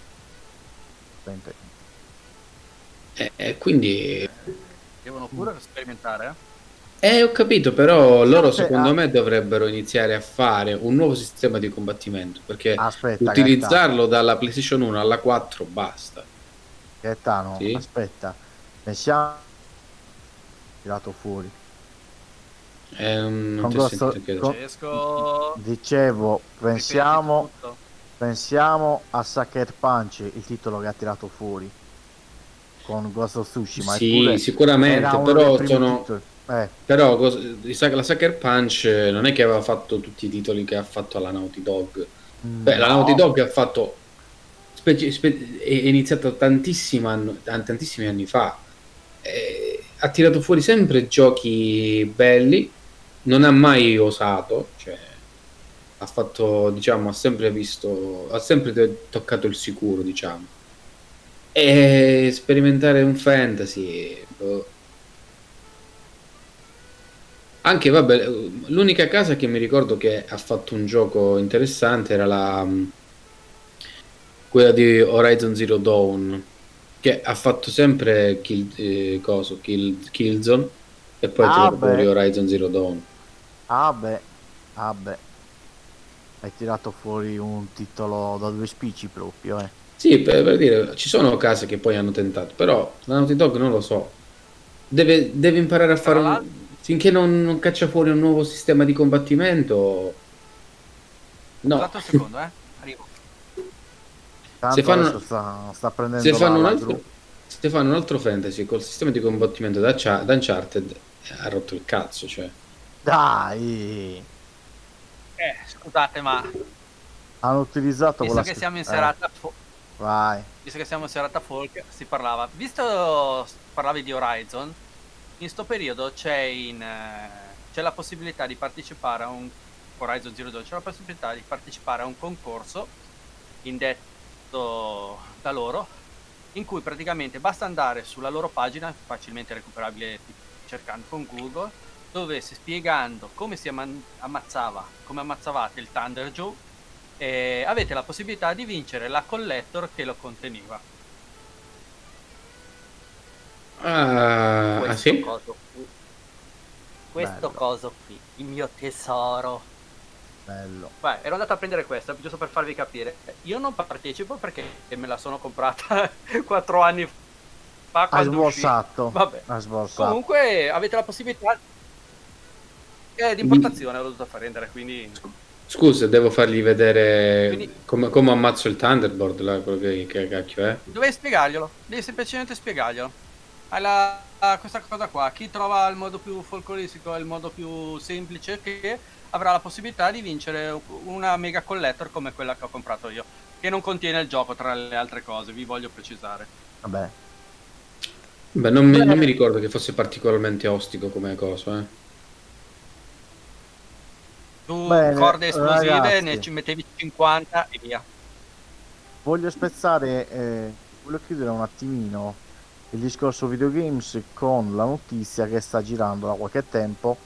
[SPEAKER 4] E, e quindi
[SPEAKER 5] Devono pure sperimentare, eh?
[SPEAKER 4] Eh, ho capito, però loro
[SPEAKER 3] Cioè,
[SPEAKER 4] secondo
[SPEAKER 3] ah.
[SPEAKER 4] me dovrebbero iniziare a fare un nuovo sistema di combattimento, perché
[SPEAKER 3] Aspetta,
[SPEAKER 4] utilizzarlo dalla PlayStation uno alla quattro basta.
[SPEAKER 3] Gaetano,
[SPEAKER 4] Sì?
[SPEAKER 3] aspetta, ne siamo tirato fuori.
[SPEAKER 4] Eh, non
[SPEAKER 3] Con
[SPEAKER 4] ti ho
[SPEAKER 3] questo-
[SPEAKER 4] sentito chiedere.
[SPEAKER 3] con-
[SPEAKER 5] Francesco,
[SPEAKER 3] Dicevo, pensiamo,
[SPEAKER 5] ripeti tutto.
[SPEAKER 3] pensiamo a Sucker Punch, il titolo che ha tirato fuori con Ghost of Tsushima.
[SPEAKER 4] Sì,
[SPEAKER 3] eppure
[SPEAKER 4] sicuramente,
[SPEAKER 3] era uno
[SPEAKER 4] però
[SPEAKER 3] dei primi
[SPEAKER 4] sono...
[SPEAKER 3] titoli. Eh,
[SPEAKER 4] Però cos- i Sa- la Sucker Punch non è che aveva fatto tutti i titoli che ha fatto la Naughty Dog. Beh, la
[SPEAKER 3] no.
[SPEAKER 4] Naughty Dog ha fatto specie- spe- è è iniziato tantissimi anni, tantissimi anni fa. Eh, ha tirato fuori sempre giochi belli, non ha mai osato, cioè ha fatto, diciamo, ha sempre visto, ha sempre to- toccato il sicuro, diciamo. E sperimentare un fantasy, boh. Anche, vabbè, l'unica casa che mi ricordo che ha fatto un gioco interessante era la mh, quella di Horizon Zero Dawn, che ha fatto sempre Kill, eh, coso, Kill, Killzone e poi ha
[SPEAKER 3] Ah,
[SPEAKER 4] tirato
[SPEAKER 3] beh.
[SPEAKER 4] fuori Horizon Zero Dawn.
[SPEAKER 3] Ah beh, ah beh. Hai tirato fuori un titolo da due spicci proprio, eh.
[SPEAKER 4] Sì, per, per dire, ci sono case che poi hanno tentato, però la Naughty Dog non lo so. Deve, deve imparare a fare
[SPEAKER 5] Tra
[SPEAKER 4] un...
[SPEAKER 5] l'altro-
[SPEAKER 4] Finché non, non caccia fuori un nuovo sistema di combattimento... No.
[SPEAKER 5] Scusate un secondo, eh. Arrivo.
[SPEAKER 3] Tanto
[SPEAKER 4] Se fanno-
[SPEAKER 3] adesso sta, sta prendendo
[SPEAKER 4] Se fanno,
[SPEAKER 3] la,
[SPEAKER 4] un
[SPEAKER 3] la
[SPEAKER 4] altro,
[SPEAKER 3] gru-
[SPEAKER 4] se fanno un altro fantasy col sistema di combattimento da, Cha- da Uncharted, ha rotto il cazzo, cioè.
[SPEAKER 3] Dai!
[SPEAKER 5] Eh, scusate, ma
[SPEAKER 3] Hanno utilizzato
[SPEAKER 5] visto
[SPEAKER 3] quella
[SPEAKER 5] che
[SPEAKER 3] sc-
[SPEAKER 5] siamo in
[SPEAKER 3] eh,
[SPEAKER 5] serata fo-
[SPEAKER 3] vai.
[SPEAKER 5] visto che siamo in serata folk, si parlava. Visto parlavi di Horizon, in sto periodo c'è in eh, c'è la possibilità di partecipare a un Horizon Zero Dawn, c'è la possibilità di partecipare a un concorso indetto da loro, in cui praticamente basta andare sulla loro pagina, facilmente recuperabile cercando con Google, dove si spiegando come si amma- ammazzava, come ammazzavate il Thunder Joe, e avete la possibilità di vincere la collector che lo conteneva.
[SPEAKER 4] Ah, ah,
[SPEAKER 5] Questo
[SPEAKER 4] sì?
[SPEAKER 5] coso qui. Questo
[SPEAKER 3] Bello.
[SPEAKER 5] coso qui, il mio tesoro.
[SPEAKER 3] Bello.
[SPEAKER 5] Beh, ero andato a prendere questa giusto per farvi capire. Io non partecipo perché me la sono comprata quattro anni fa
[SPEAKER 3] Hai
[SPEAKER 5] quando uscì.
[SPEAKER 3] sborsato.
[SPEAKER 5] Vabbè.
[SPEAKER 3] Hai sborsato.
[SPEAKER 5] Comunque avete la possibilità eh, di importazione, l'ho dovuta far rendere, quindi
[SPEAKER 4] Scusa, devo fargli vedere
[SPEAKER 5] Quindi-
[SPEAKER 4] come, come ammazzo il Thunderboard, là, quello che, che cacchio è.
[SPEAKER 5] dovevi spiegarglielo, devi semplicemente spiegarglielo. Hai la, la- questa cosa qua, chi trova il modo più folcloristico, il modo più semplice, che avrà la possibilità di vincere una mega collector come quella che ho comprato io, che non contiene il gioco tra le altre cose, vi voglio precisare.
[SPEAKER 3] Vabbè.
[SPEAKER 4] Beh, non mi,
[SPEAKER 3] Beh.
[SPEAKER 4] non mi ricordo che fosse particolarmente ostico come cosa, eh.
[SPEAKER 5] Tu
[SPEAKER 3] Bene,
[SPEAKER 5] corde esplosive
[SPEAKER 3] ragazzi.
[SPEAKER 5] ne ci mettevi cinquanta e via.
[SPEAKER 3] Voglio spezzare, eh, voglio chiudere un attimino il discorso videogames con la notizia che sta girando da qualche tempo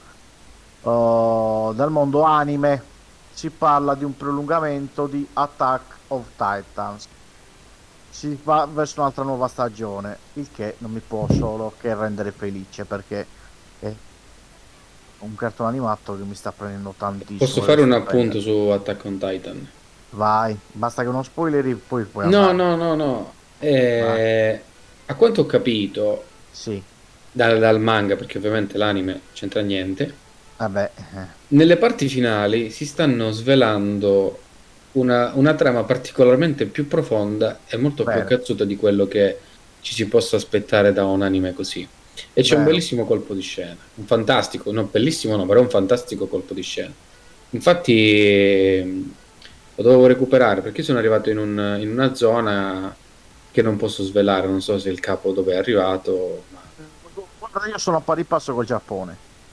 [SPEAKER 3] uh, dal mondo anime. Si parla di un prolungamento di Attack of Titans. Si va verso un'altra nuova stagione, il che non mi può solo che rendere felice, perché è un cartone animato che mi sta prendendo tantissimo.
[SPEAKER 4] Posso fare un
[SPEAKER 3] Adesso
[SPEAKER 4] appunto su Attack on Titan?
[SPEAKER 3] Vai, basta che non spoileri, poi puoi
[SPEAKER 4] No,
[SPEAKER 3] andare.
[SPEAKER 4] no, no, no. Eh, a quanto ho capito
[SPEAKER 3] Sì,
[SPEAKER 4] dal, dal manga, perché ovviamente l'anime c'entra niente,
[SPEAKER 3] vabbè. eh.
[SPEAKER 4] nelle parti finali si stanno svelando una, una trama particolarmente più profonda e molto
[SPEAKER 3] Vero.
[SPEAKER 4] più cazzuta di quello che ci si possa aspettare da un anime così. E c'è un
[SPEAKER 3] Vero.
[SPEAKER 4] bellissimo colpo di scena, un fantastico, no, bellissimo no, però un fantastico colpo di scena. Infatti ehm, lo dovevo recuperare perché sono arrivato in, un- in una zona che non posso svelare, non so se il capo dove è arrivato, ma
[SPEAKER 3] Guarda, io sono a pari passo col Giappone.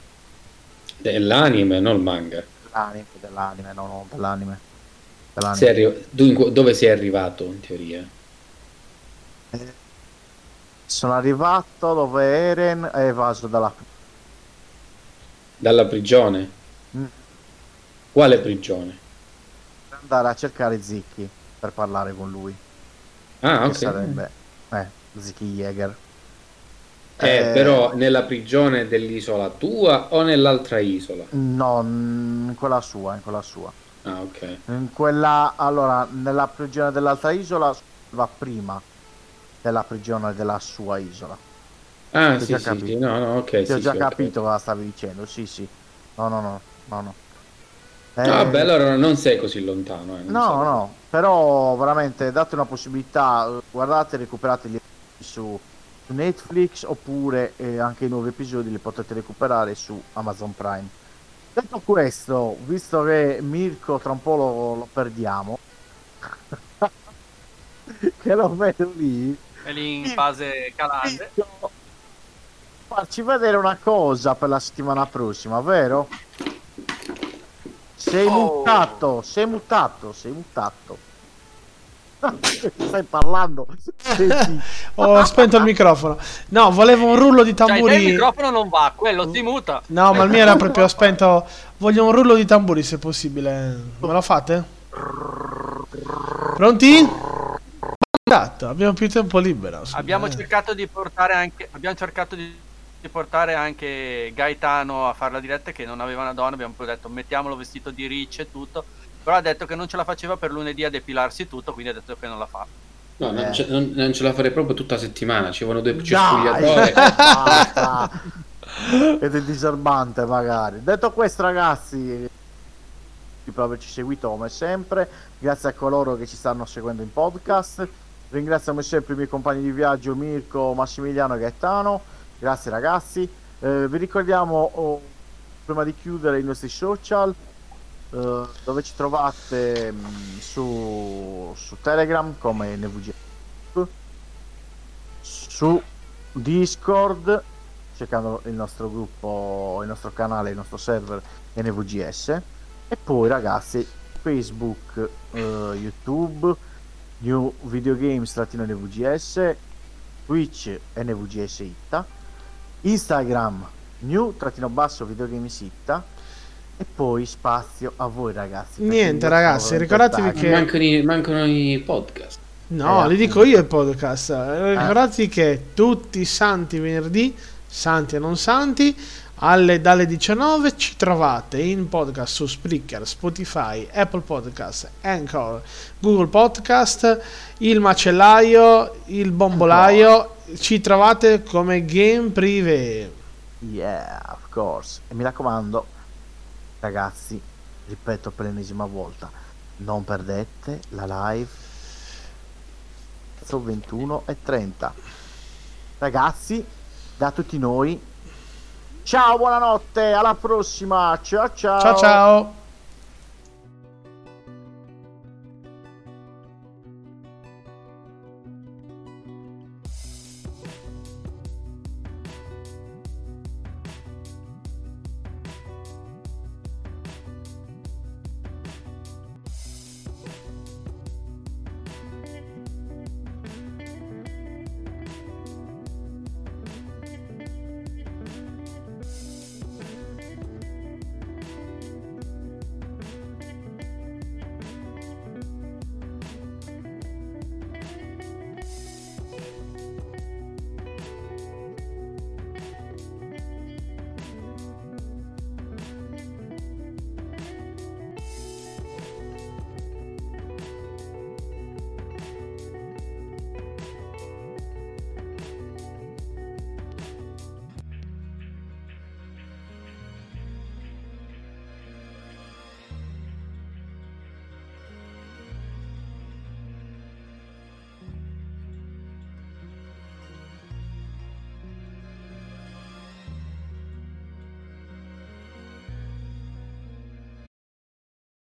[SPEAKER 4] è l'anime, non il manga.
[SPEAKER 3] L'anime, dell'anime, no, no, dell'anime. dell'anime.
[SPEAKER 4] Sei arri- dunque, dove sei arrivato in teoria?
[SPEAKER 3] Eh, sono arrivato dove Eren è evaso dalla...
[SPEAKER 4] Dalla prigione?
[SPEAKER 3] Mm.
[SPEAKER 4] Quale prigione?
[SPEAKER 3] per andare a cercare Ziki per parlare con lui.
[SPEAKER 4] Ah,
[SPEAKER 3] Che
[SPEAKER 4] ok.
[SPEAKER 3] sarebbe... Eh, Ziki Jäger.
[SPEAKER 4] Eh,
[SPEAKER 3] Eh,
[SPEAKER 4] però nella prigione dell'isola tua o nell'altra isola?
[SPEAKER 3] No, in quella sua, in quella sua.
[SPEAKER 4] Ah, ok.
[SPEAKER 3] In quella... Allora, nella prigione dell'altra isola va prima della prigione della sua isola.
[SPEAKER 4] Ah,
[SPEAKER 3] Ti ho
[SPEAKER 4] sì,
[SPEAKER 3] già
[SPEAKER 4] sì,
[SPEAKER 3] capito.
[SPEAKER 4] sì, no, no, ok,
[SPEAKER 3] Ti
[SPEAKER 4] sì,
[SPEAKER 3] ho già
[SPEAKER 4] sì, ok.
[SPEAKER 3] capito cosa stavi dicendo, sì, sì. no, no, no, no, no.
[SPEAKER 4] Ah,
[SPEAKER 3] Eh,
[SPEAKER 4] vabbè, allora non sei così lontano. Eh, non
[SPEAKER 3] no,
[SPEAKER 4] so.
[SPEAKER 3] no, però veramente date una possibilità, eh, guardate, recuperate gli episodi su, su Netflix, oppure eh, anche i nuovi episodi li potete recuperare su Amazon Prime. Detto questo, visto che Mirko tra un po' lo, lo perdiamo, che lo vedo lì,
[SPEAKER 5] È lì in fase calante.
[SPEAKER 3] Mirko, farci vedere una cosa per la settimana prossima, vero? Sei
[SPEAKER 5] Oh.
[SPEAKER 3] mutato, sei mutato, sei mutato. Stai parlando? Sei zitto.
[SPEAKER 2] Ho spento il microfono. No, volevo un rullo di
[SPEAKER 5] Cioè, te il
[SPEAKER 2] tamburi.
[SPEAKER 5] microfono non va, quello si muta.
[SPEAKER 2] No, ma il mio era proprio spento. Voglio un rullo di tamburi se possibile. Me lo fate? Pronti? Esatto, abbiamo più tempo libero. scusa,
[SPEAKER 5] Abbiamo
[SPEAKER 2] eh.
[SPEAKER 5] cercato di portare anche abbiamo cercato di, di portare anche Gaetano a fare la diretta, che non aveva una donna. Abbiamo poi detto mettiamolo vestito di ricci e tutto, però ha detto che non ce la faceva per lunedì a depilarsi tutto, quindi ha detto che non la fa.
[SPEAKER 4] No, non,
[SPEAKER 3] Eh.
[SPEAKER 4] ce, non, non ce la farei proprio tutta la settimana. Ci vogliono due
[SPEAKER 3] Dai,
[SPEAKER 4] cespugliatori.
[SPEAKER 3] basta. Ed è diserbante magari. Detto questo, ragazzi, per averci seguito come sempre, grazie a coloro che ci stanno seguendo in podcast. Ringrazio come sempre i miei compagni di viaggio Mirko, Massimiliano e Gaetano. Grazie ragazzi. Eh, vi ricordiamo oh, prima di chiudere i nostri social, eh, dove ci trovate mh, su, su Telegram come N V G S, su Discord cercando il nostro gruppo, il nostro canale, il nostro server N V G S, e poi ragazzi Facebook, eh, YouTube, New Video Games trattino N V G S, Twitch N V G S Itta, Instagram New trattino basso Video Games Itta, e poi spazio a voi ragazzi. perché
[SPEAKER 2] Niente,
[SPEAKER 3] io
[SPEAKER 2] ragazzi,
[SPEAKER 3] sono
[SPEAKER 2] ricordatevi
[SPEAKER 3] vent'anni.
[SPEAKER 2] che-
[SPEAKER 4] Mancano i, mancano i podcast.
[SPEAKER 2] No,
[SPEAKER 3] Eh,
[SPEAKER 2] li dico io il podcast. Eh, Ricordate che tutti i santi venerdì, santi e non santi, alle, dalle diciannove ci trovate in podcast su Spreaker, Spotify, Apple Podcast, Anchor, Google Podcast, il macellaio, il bombolaio. Ci trovate come Game Privé.
[SPEAKER 3] Yeah, of course. E mi raccomando, ragazzi, ripeto per l'ennesima volta, non perdete la live ventuno e trenta. Ragazzi, da tutti noi, ciao, buonanotte, alla prossima, ciao ciao.
[SPEAKER 2] Ciao ciao.